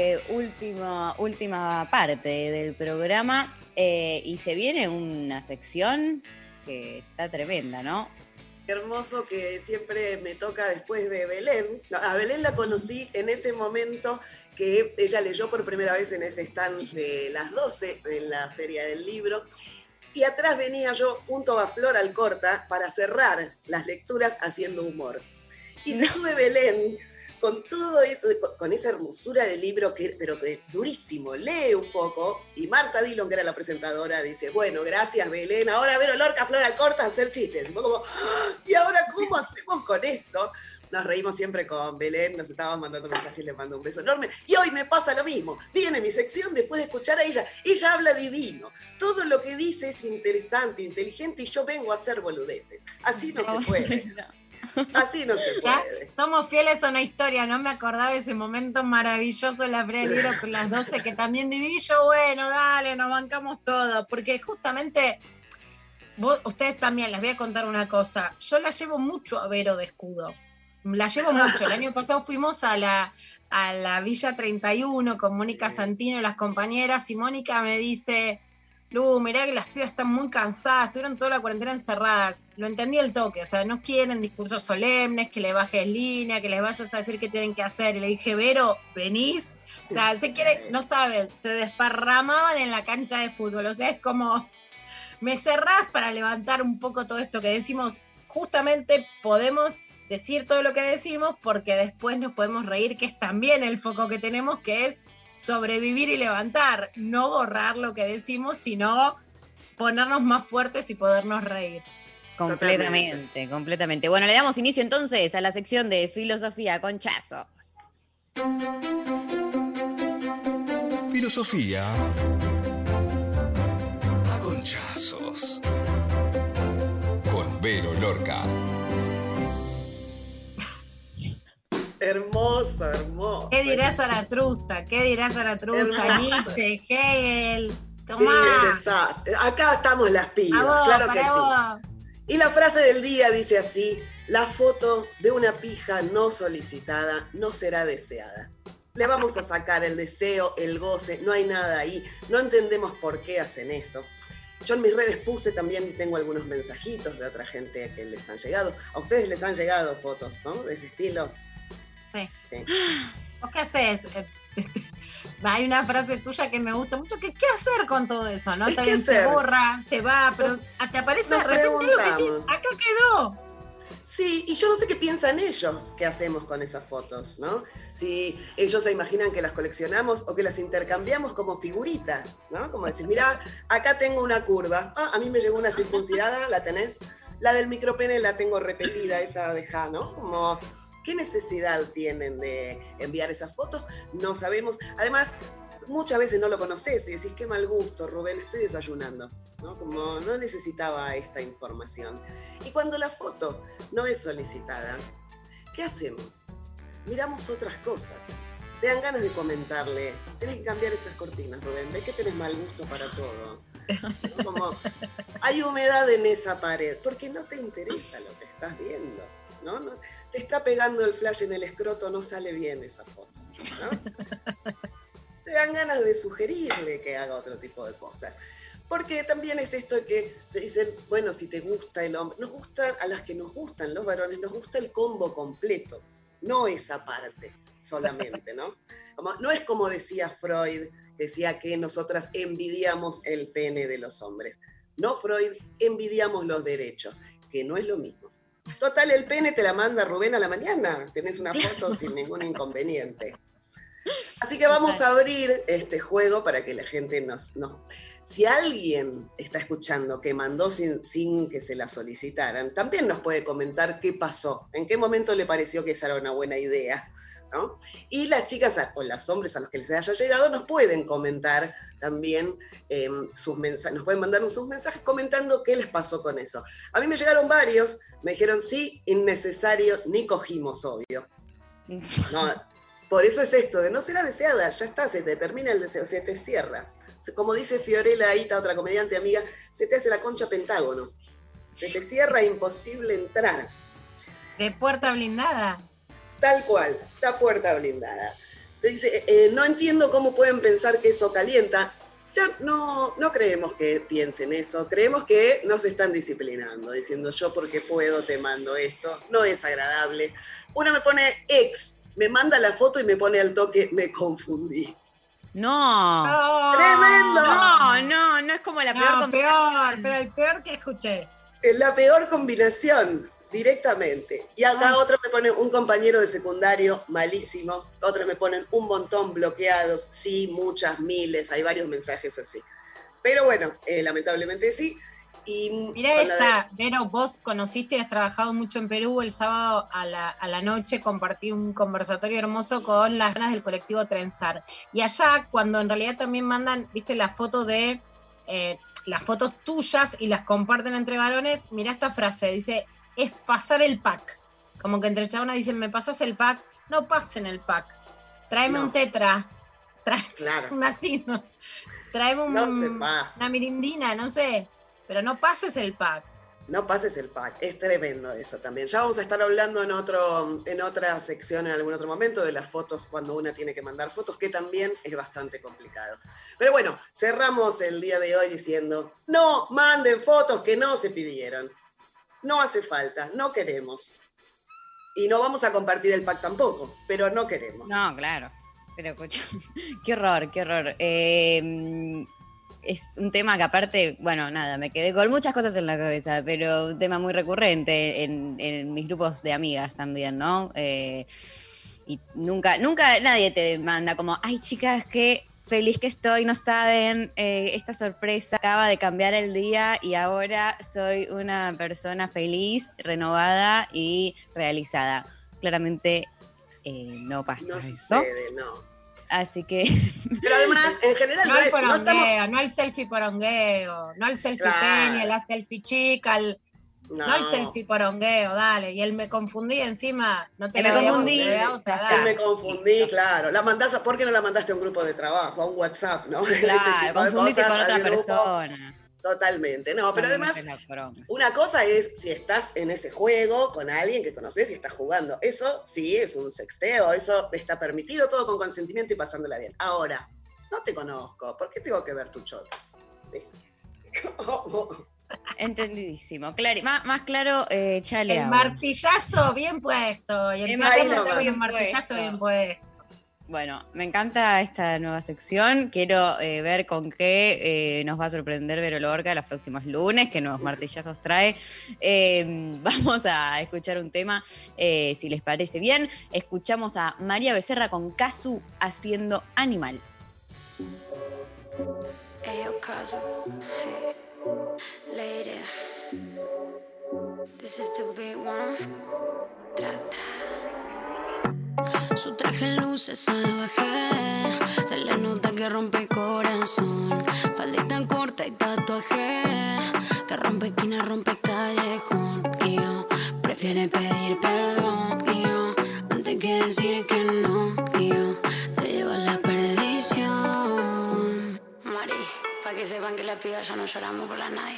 última parte del programa, y se viene una sección que está tremenda, ¿no? Hermoso, que siempre me toca después de Belén. No, a Belén la conocí en ese momento que ella leyó por primera vez en ese stand de las 12 en la Feria del Libro. Y atrás venía yo junto a Flor Alcorta para cerrar las lecturas haciendo humor. Y se sube Belén con todo eso, con esa hermosura del libro, pero que durísimo, lee un poco, y Marta Dillon, que era la presentadora, dice: bueno, gracias Belén, ahora Vero Lorca, Flor Alcorta a hacer chistes. Y fue como, ¿y ahora cómo hacemos con esto? Nos reímos siempre con Belén, nos estábamos mandando mensajes, le mando un beso enorme. Y hoy me pasa lo mismo, viene mi sección después de escuchar a ella habla divino, todo lo que dice es interesante, inteligente, y yo vengo a hacer boludeces. Así no se puede. Así no se puede. Somos fieles a una historia, no me acordaba de ese momento maravilloso en la Feria del Libro con las 12 que también viví yo. Bueno, dale, nos bancamos todo, porque justamente ustedes también, les voy a contar una cosa, yo la llevo mucho a Vero de escudo, la llevo mucho. El año pasado fuimos a la Villa 31 con Mónica Santino y las compañeras, y Mónica me dice: Lu, mirá que las pibas están muy cansadas, estuvieron toda la cuarentena encerradas. Lo entendí al toque, o sea, no quieren discursos solemnes, que le bajes línea, que les vayas a decir qué tienen que hacer. Y le dije: Vero, ¿venís? O sea, no saben, se desparramaban en la cancha de fútbol. O sea, es como, me cerrás para levantar un poco todo esto que decimos. Justamente podemos decir todo lo que decimos porque después nos podemos reír, que es también el foco que tenemos, que es sobrevivir y levantar, no borrar lo que decimos, sino ponernos más fuertes y podernos reír. Completamente. Bueno, le damos inicio entonces a la sección de filosofía con chazos. Filosofía a conchazos. Con Vero Lorca. Hermoso, hermoso. ¿Qué dirá Zaratustra? Nietzsche, Hegel. Tomá. Sí, exacto. Acá estamos las pibas, claro que sí. Y la frase del día dice así: la foto de una pija no solicitada no será deseada. Le vamos a sacar el deseo, el goce, no hay nada ahí, no entendemos por qué hacen eso. Yo en mis redes puse también, tengo algunos mensajitos de otra gente que les han llegado. A ustedes les han llegado fotos, ¿no? De ese estilo. Sí. ¿Vos qué haces? Hay una frase tuya que me gusta mucho, que ¿qué hacer con todo eso? ¿No? También se borra, se va, pero te aparece de repente algo que decís, acá quedó. Sí, y yo no sé qué piensan ellos que hacemos con esas fotos, ¿no? Si ellos se imaginan que las coleccionamos o que las intercambiamos como figuritas, ¿no? Como decir, mira, acá tengo una curva, a mí me llegó una circuncidada, ¿la tenés? La del micropene la tengo repetida, esa dejá, ¿no? Como, ¿qué necesidad tienen de enviar esas fotos? No sabemos. Además, muchas veces no lo conocés y decís, qué mal gusto, Rubén, estoy desayunando, ¿no? Como no necesitaba esta información. Y cuando la foto no es solicitada, ¿qué hacemos? Miramos otras cosas. Te dan ganas de comentarle, tenés que cambiar esas cortinas, Rubén, ves que tenés mal gusto para todo. ¿No? Como, hay humedad en esa pared, porque no te interesa lo que estás viendo, ¿no? No te está pegando el flash en el escroto, no sale bien esa foto, ¿no? Te dan ganas de sugerirle que haga otro tipo de cosas. Porque también es esto que te dicen, bueno, si te gusta el hombre, nos gustan, a las que nos gustan los varones, nos gusta el combo completo, no esa parte solamente, ¿no? No es como decía Freud, decía que nosotras envidiamos el pene de los hombres. No, Freud, envidiamos los derechos, que no es lo mismo. Total, el pene te la manda Rubén a la mañana, tenés una foto sin ningún inconveniente. Así que vamos a abrir este juego para que la gente nos... Si alguien está escuchando que mandó sin que se la solicitaran, también nos puede comentar qué pasó, en qué momento le pareció que esa era una buena idea, ¿no? Y las chicas o los hombres a los que les haya llegado nos pueden comentar también sus mensajes, nos pueden mandar sus mensajes comentando qué les pasó con eso. A mí me llegaron varios, me dijeron sí, innecesario, ni cogimos, obvio. No, por eso es esto, de no será deseada, ya está, se te termina el deseo, se te cierra. Como dice Fiorella Aita, otra comediante amiga, se te hace la concha pentágono. Se te cierra, imposible entrar. De puerta blindada. Tal cual, la puerta blindada. Te dice, no entiendo cómo pueden pensar que eso calienta. Ya no creemos que piensen eso, creemos que nos están disciplinando, diciendo yo porque puedo te mando esto, no es agradable. Una me pone ex, me manda la foto y me pone al toque, me confundí. No. ¡Tremendo! No es como la peor combinación. Pero el peor que escuché. Es la peor combinación, directamente. Y acá otros me ponen un compañero de secundario, malísimo. Otros me ponen un montón bloqueados. Sí, muchas, miles, hay varios mensajes así. Pero bueno, lamentablemente sí. Y mirá esta, Vero, vos conociste y has trabajado mucho en Perú. El sábado a la noche compartí un conversatorio hermoso con las ganas del colectivo Trenzar. Y allá, cuando en realidad también mandan, viste, la foto de las fotos tuyas y las comparten entre varones, mirá esta frase, dice, es pasar el pack. Como que entre chabonas dicen, ¿me pasas el pack? No pasen el pack. Tráeme un tetra. Claro. Una así, ¿no? Tráeme una mirindina, no sé. Pero no pases el pack. No pases el pack. Es tremendo eso también. Ya vamos a estar hablando en otra sección, en algún otro momento, de las fotos cuando una tiene que mandar fotos, que también es bastante complicado. Pero bueno, cerramos el día de hoy diciendo, no manden fotos que no se pidieron. No hace falta, no queremos. Y no vamos a compartir el pack tampoco, pero no queremos. No, claro. Pero escucha, qué horror. Es un tema que aparte, bueno, nada, me quedé con muchas cosas en la cabeza, pero un tema muy recurrente en mis grupos de amigas también, ¿no? Y nunca nadie te manda como, ay chicas, qué feliz que estoy, no saben, esta sorpresa acaba de cambiar el día y ahora soy una persona feliz, renovada y realizada. Claramente no pasa eso. No sucede, no. Así que... Pero además, en general, no al selfie porongueo, no al selfie peña, la selfie chica, no al selfie porongueo, dale. Y él me confundí encima, no te la voy a volver otra, dale. Él me confundí, claro. ¿Por qué no la mandaste a un grupo de trabajo, a un WhatsApp, no? Claro, confundiste con otra persona. Totalmente, no, pero además, una cosa es si estás en ese juego con alguien que conoces y estás jugando. Eso sí es un sexteo, eso está permitido, todo con consentimiento y pasándola bien. Ahora, no te conozco, ¿por qué tengo que ver tu chotas? ¿Cómo? Entendidísimo, más claro, chale. El martillazo bien puesto, y el martillazo bien puesto. Bueno, me encanta esta nueva sección. Quiero ver con qué nos va a sorprender Vero Lorca los próximos lunes, que nuevos martillazos trae. Vamos a escuchar un tema, si les parece bien. Escuchamos a María Becerra con Casu haciendo Animal. Hey, yo, Casu. Hey, lady. This is the big one. Tra, tra. Su traje luce salvaje, se le nota que rompe corazón. Faldita corta y tatuaje, que rompe esquina, rompe callejón. Y yo prefiere pedir perdón, y yo antes que decir que no, y yo te llevo a la perdición. Mari, pa' que sepan que las pibas ya no lloramos por la night.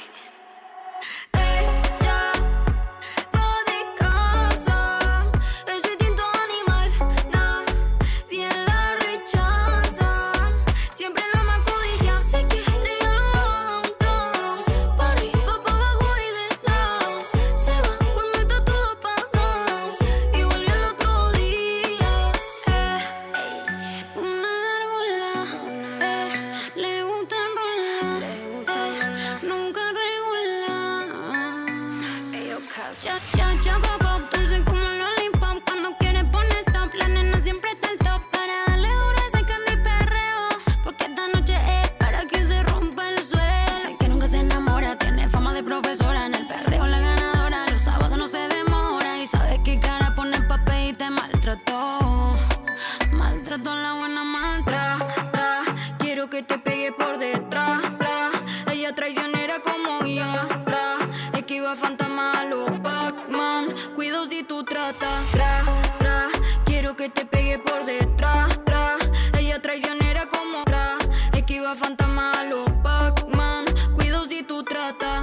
Maltrato la buena mantra, tra. Quiero que te pegue por detrás, tra. Ella traicionera como ya, tra. Esquiva fantasma a los Pac-Man. Cuido si tú tratas, tra, tra. Quiero que te pegue por detrás, tra. Ella traicionera como tra. Esquiva fantasma a los Pac-Man. Cuido si tú tratas.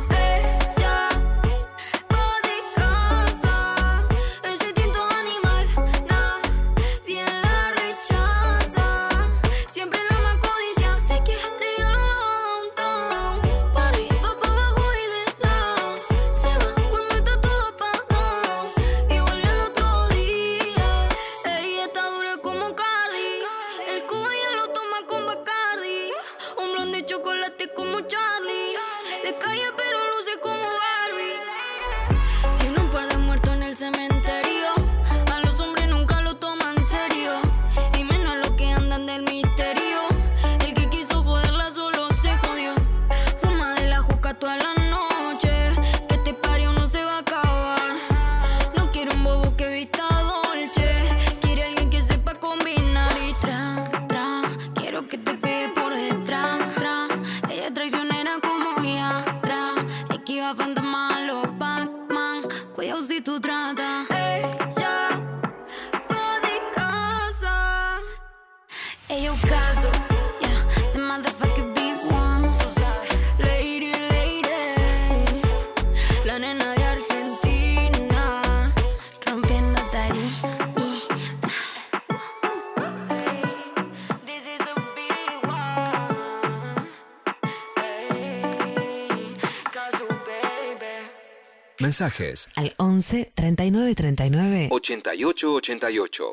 Mensajes al 11 39 39 88 88.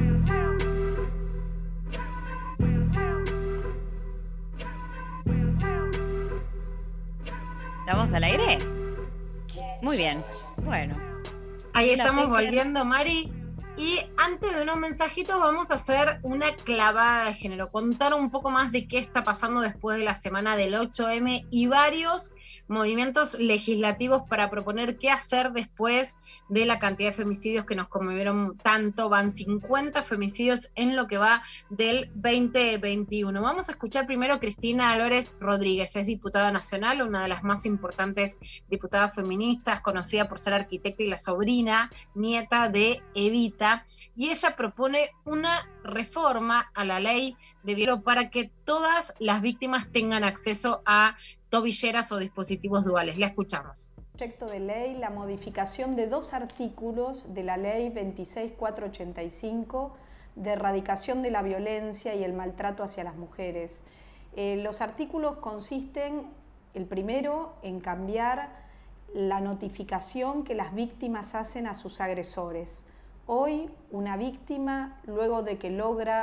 ¿Estamos al aire? Muy bien. Bueno. Ahí estamos volviendo, Mari. Y antes de unos mensajitos vamos a hacer una clavada de género, contar un poco más de qué está pasando después de la semana del 8M y varios movimientos legislativos para proponer qué hacer después de la cantidad de femicidios que nos conmovieron tanto. Van 50 femicidios en lo que va del 2021. Vamos a escuchar primero a Cristina Álvarez Rodríguez, es diputada nacional, una de las más importantes diputadas feministas, conocida por ser arquitecta y la sobrina, nieta de Evita, y ella propone una reforma a la ley de violeo para que todas las víctimas tengan acceso a tobilleras o dispositivos duales. La escuchamos. Proyecto de ley, la modificación de 2 artículos de la ley 26485 de erradicación de la violencia y el maltrato hacia las mujeres. Los artículos consisten, el primero, en cambiar la notificación que las víctimas hacen a sus agresores. Hoy, una víctima, luego de que logra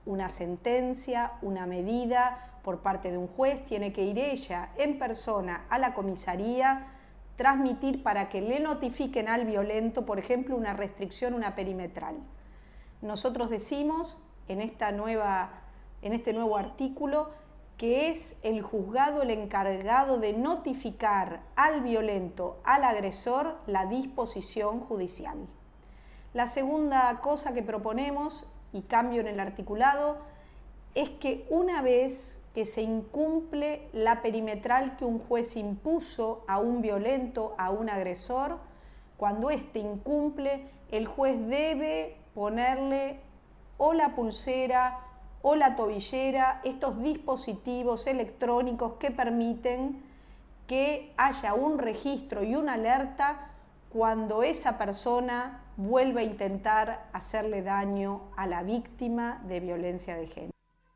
una sentencia, una medida por parte de un juez, tiene que ir ella en persona a la comisaría, transmitir para que le notifiquen al violento, por ejemplo, una restricción, una perimetral. Nosotros decimos en este nuevo artículo que es el juzgado el encargado de notificar al violento, al agresor, la disposición judicial. La segunda cosa que proponemos, y cambio en el articulado, es que una vez que se incumple la perimetral que un juez impuso a un violento, a un agresor, cuando éste incumple, el juez debe ponerle o la pulsera o la tobillera, estos dispositivos electrónicos que permiten que haya un registro y una alerta cuando esa persona vuelve a intentar hacerle daño a la víctima de violencia de género.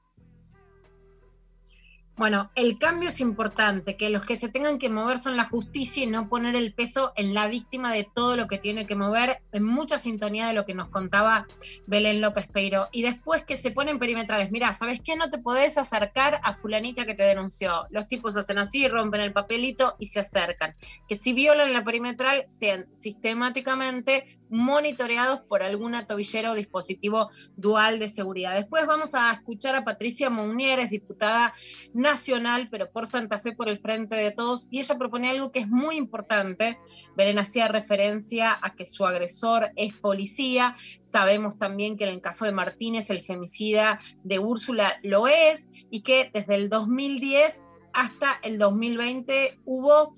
Bueno, el cambio es importante, que los que se tengan que mover son la justicia y no poner el peso en la víctima de todo lo que tiene que mover, en mucha sintonía de lo que nos contaba Belén López Peiró. Y después que se ponen perimetrales, mirá, ¿sabes qué? No te podés acercar a fulanita que te denunció. Los tipos hacen así, rompen el papelito y se acercan. Que si violan la perimetral, sean sistemáticamente monitoreados por alguna tobillera o dispositivo dual de seguridad. Después vamos a escuchar a Patricia Mounier, diputada nacional, pero por Santa Fe, por el Frente de Todos, y ella propone algo que es muy importante. Belén hacía referencia a que su agresor es policía. Sabemos también que en el caso de Martínez, el femicida de Úrsula lo es, y que desde el 2010 hasta el 2020 hubo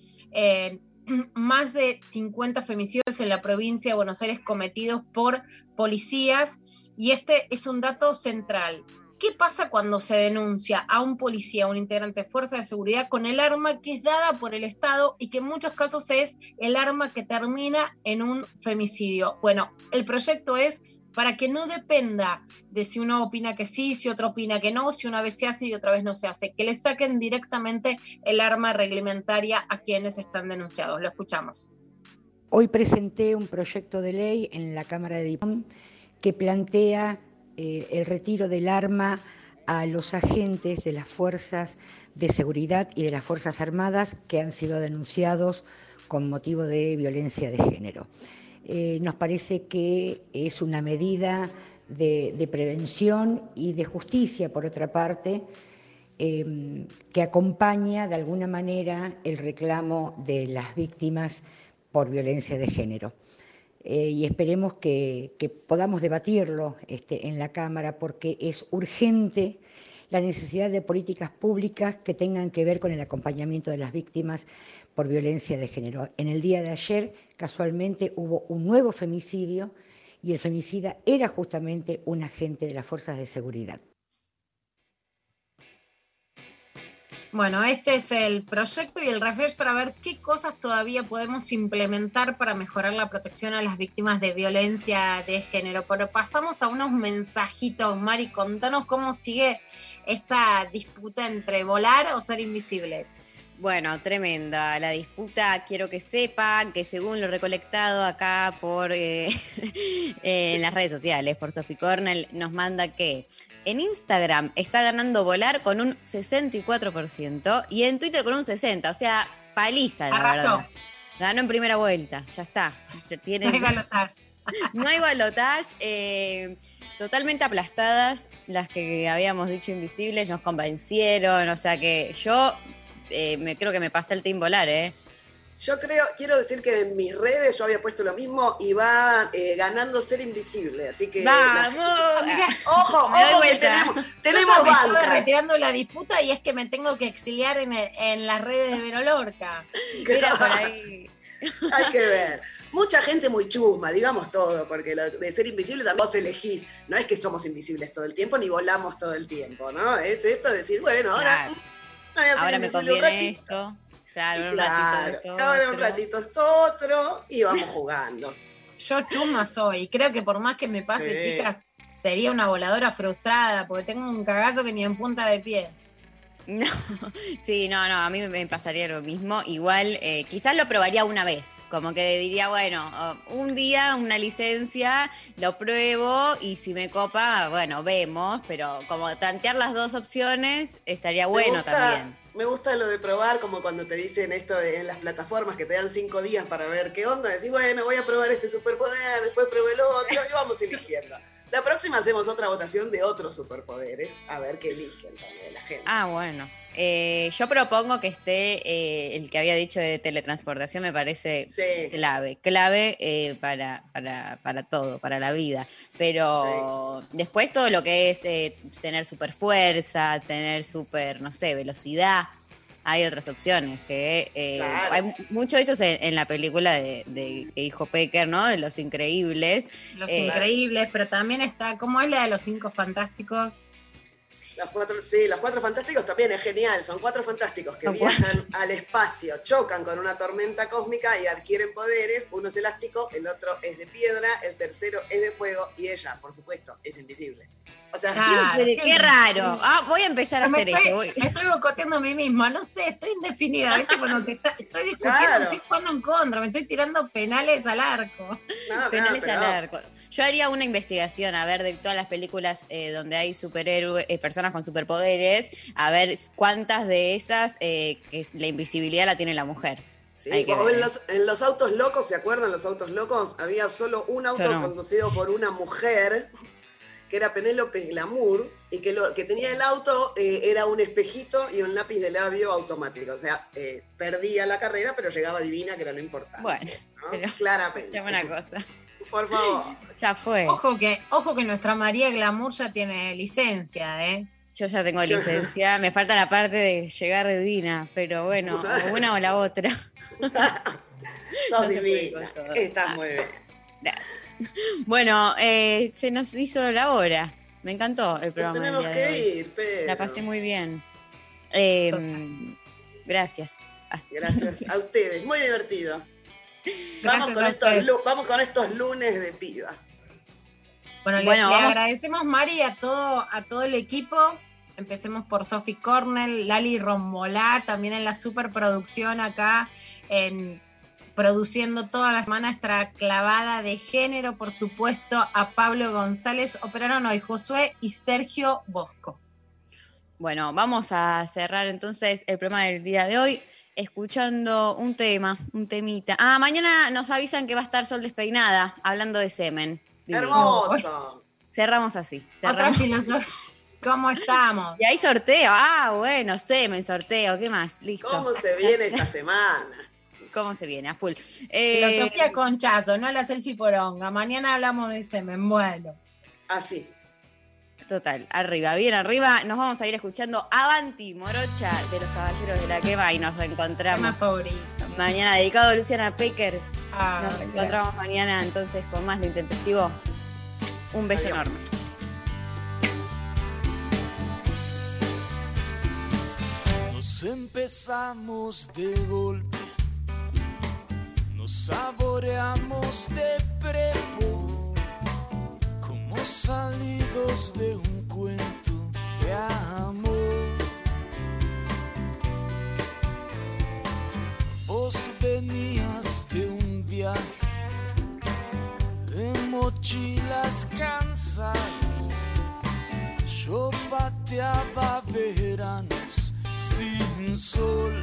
más de 50 femicidios en la provincia de Buenos Aires cometidos por policías, y este es un dato central. ¿Qué pasa cuando se denuncia a un policía, a un integrante de fuerza de seguridad, con el arma que es dada por el Estado y que en muchos casos es el arma que termina en un femicidio? Bueno, el proyecto es para que no dependa de si uno opina que sí, si otro opina que no, si una vez se hace y otra vez no se hace, que le saquen directamente el arma reglamentaria a quienes están denunciados. Lo escuchamos. Hoy presenté un proyecto de ley en la Cámara de Diputados que plantea el retiro del arma a los agentes de las fuerzas de seguridad y de las Fuerzas Armadas que han sido denunciados con motivo de violencia de género. Nos parece que es una medida de prevención y de justicia, por otra parte, que acompaña de alguna manera el reclamo de las víctimas por violencia de género. Y esperemos que podamos debatirlo en la Cámara, porque es urgente la necesidad de políticas públicas que tengan que ver con el acompañamiento de las víctimas por violencia de género. En el día de ayer, casualmente, hubo un nuevo femicidio y el femicida era justamente un agente de las fuerzas de seguridad. Bueno, este es el proyecto y el refresh para ver qué cosas todavía podemos implementar para mejorar la protección a las víctimas de violencia de género. Pero pasamos a unos mensajitos. Mari, contanos cómo sigue esta disputa entre volar o ser invisibles. Bueno, tremenda la disputa. Quiero que sepan que según lo recolectado acá por en las redes sociales, por Sophie Cornell, nos manda que en Instagram está ganando Volar con un 64% y en Twitter con un 60%. O sea, paliza, la verdad. Ganó en primera vuelta, ya está. No hay balotaje. No hay balotaje. Totalmente aplastadas las que habíamos dicho invisibles, nos convencieron. O sea que yo creo que me pasé el team Volar, Yo quiero decir que en mis redes yo había puesto lo mismo y va ganando ser invisible, así que... ¡Vamos! Ojo, que tenemos banca. Estoy retirando la disputa y es que me tengo que exiliar en las redes de Vero Lorca. Mira por ahí. Hay que ver. Mucha gente muy chusma, digamos todo, porque lo de ser invisible también vos elegís. No es que somos invisibles todo el tiempo ni volamos todo el tiempo, ¿no? Es esto de decir, bueno, claro. Ahora me conviene esto. Claro, un ratito esto otro y vamos jugando. Yo chuma soy, creo que por más que me pase, chicas, sería una voladora frustrada, porque tengo un cagazo que ni en punta de pie. No, sí, no, a mí me pasaría lo mismo. Igual, quizás lo probaría una vez, como que diría, bueno, un día, una licencia, lo pruebo y si me copa, bueno, vemos, pero como tantear las dos opciones estaría bueno también. Me gusta lo de probar, como cuando te dicen esto en las plataformas que te dan 5 días para ver qué onda, decís, bueno, voy a probar este superpoder, después pruebo el otro y vamos eligiendo. La próxima hacemos otra votación de otros superpoderes, a ver qué eligen también la gente. Ah, bueno. Yo propongo que esté el que había dicho de teletransportación, me parece clave para todo, para la vida. Pero después todo lo que es tener super fuerza, tener super, no sé, velocidad. Hay otras opciones, que Claro. hay mucho de eso en la película de que dijo Pecker, ¿no? De Los Increíbles. Los Increíbles, pero también está, ¿cómo es la de los 5 fantásticos? Los Cuatro Fantásticos también es genial. Son 4 fantásticos que viajan al espacio, chocan con una tormenta cósmica y adquieren poderes. Uno es elástico, el otro es de piedra, el tercero es de fuego y ella, por supuesto, es invisible. O sea, qué raro. Voy a empezar a hacer eso. Me estoy bocoteando a mí misma, no sé, estoy indefinida, ¿viste? Cuando estoy discutiendo, Claro. estoy jugando en contra, me estoy tirando penales al arco. Penales al arco. Yo haría una investigación, a ver, de todas las películas donde hay superhéroes, personas con superpoderes, a ver cuántas de esas la invisibilidad la tiene la mujer. Sí, Hay que o ver. en los autos locos, ¿se acuerdan los autos locos? Había solo un auto Yo no. conducido por una mujer, que era Penélope Glamour, y que lo que tenía el auto era un espejito y un lápiz de labio automático. O sea, perdía la carrera, pero llegaba divina, que era lo importante. Bueno, ¿no? pero Claramente. ya una cosa. Por favor. Ya fue. Ojo que nuestra María Glamour ya tiene licencia, ¿eh? Yo ya tengo licencia, me falta la parte de llegar divina, pero bueno, o una o la otra. Sos No se puede divina. con todo. Estás muy bien. Bueno, se nos hizo la hora. Me encantó el programa. Tenemos del día de que hoy. ir, pero... La pasé muy bien. Gracias. Gracias a ustedes, muy divertido. Gracias a ustedes. Vamos con estos lunes de pibas. Bueno, le vamos. agradecemos, Mari, a todo el equipo. Empecemos por Sophie Cornell, Lali Rombolá, también en la superproducción acá, produciendo toda la semana nuestra clavada de género, por supuesto, a Pablo González, operaron hoy Josué y Sergio Bosco. Bueno, vamos a cerrar entonces el programa del día de hoy escuchando un temita. Mañana nos avisan que va a estar Sol Despeinada, hablando de semen. Divino. ¡Hermoso! Cerramos así. Otra filosofía. ¿Cómo estamos? Y hay sorteo. Bueno, semen, sorteo, ¿qué más? Listo. ¿Cómo se viene esta semana? ¿Cómo se viene? A full. Filosofía Conchazo, no la selfie poronga. Mañana hablamos de semen. Bueno. Así. Total, arriba, bien arriba. Nos vamos a ir escuchando Avanti, Morocha de los Caballeros de la Quema y nos reencontramos. Tema favorito. Mañana dedicado a Luciana Pecker. Ah, Nos reencontramos mañana entonces con más de Intempestivo. Un beso enorme. Nos empezamos de golpe, nos saboreamos de prepo, como salidos de un cuento de amor. Vos venías de un viaje de mochilas cansadas, yo pateaba veranos sin sol,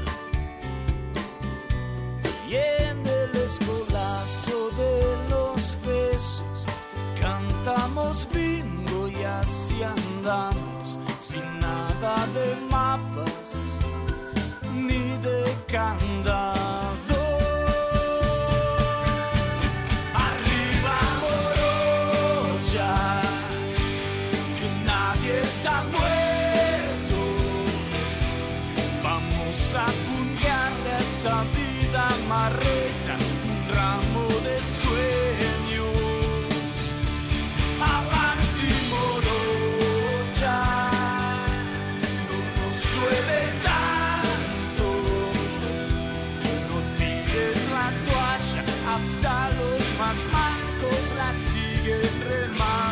y en el escolazo de los besos cantamos bingo y así andamos, sin nada de mapas ni de candado. Arriba Morocha, que nadie está muerto. Vamos a pungarle a esta vida marreta un ramo de sueños. Avanti Morocha, no nos llueve tanto, no tires la toalla, hasta los más mancos la siguen remando.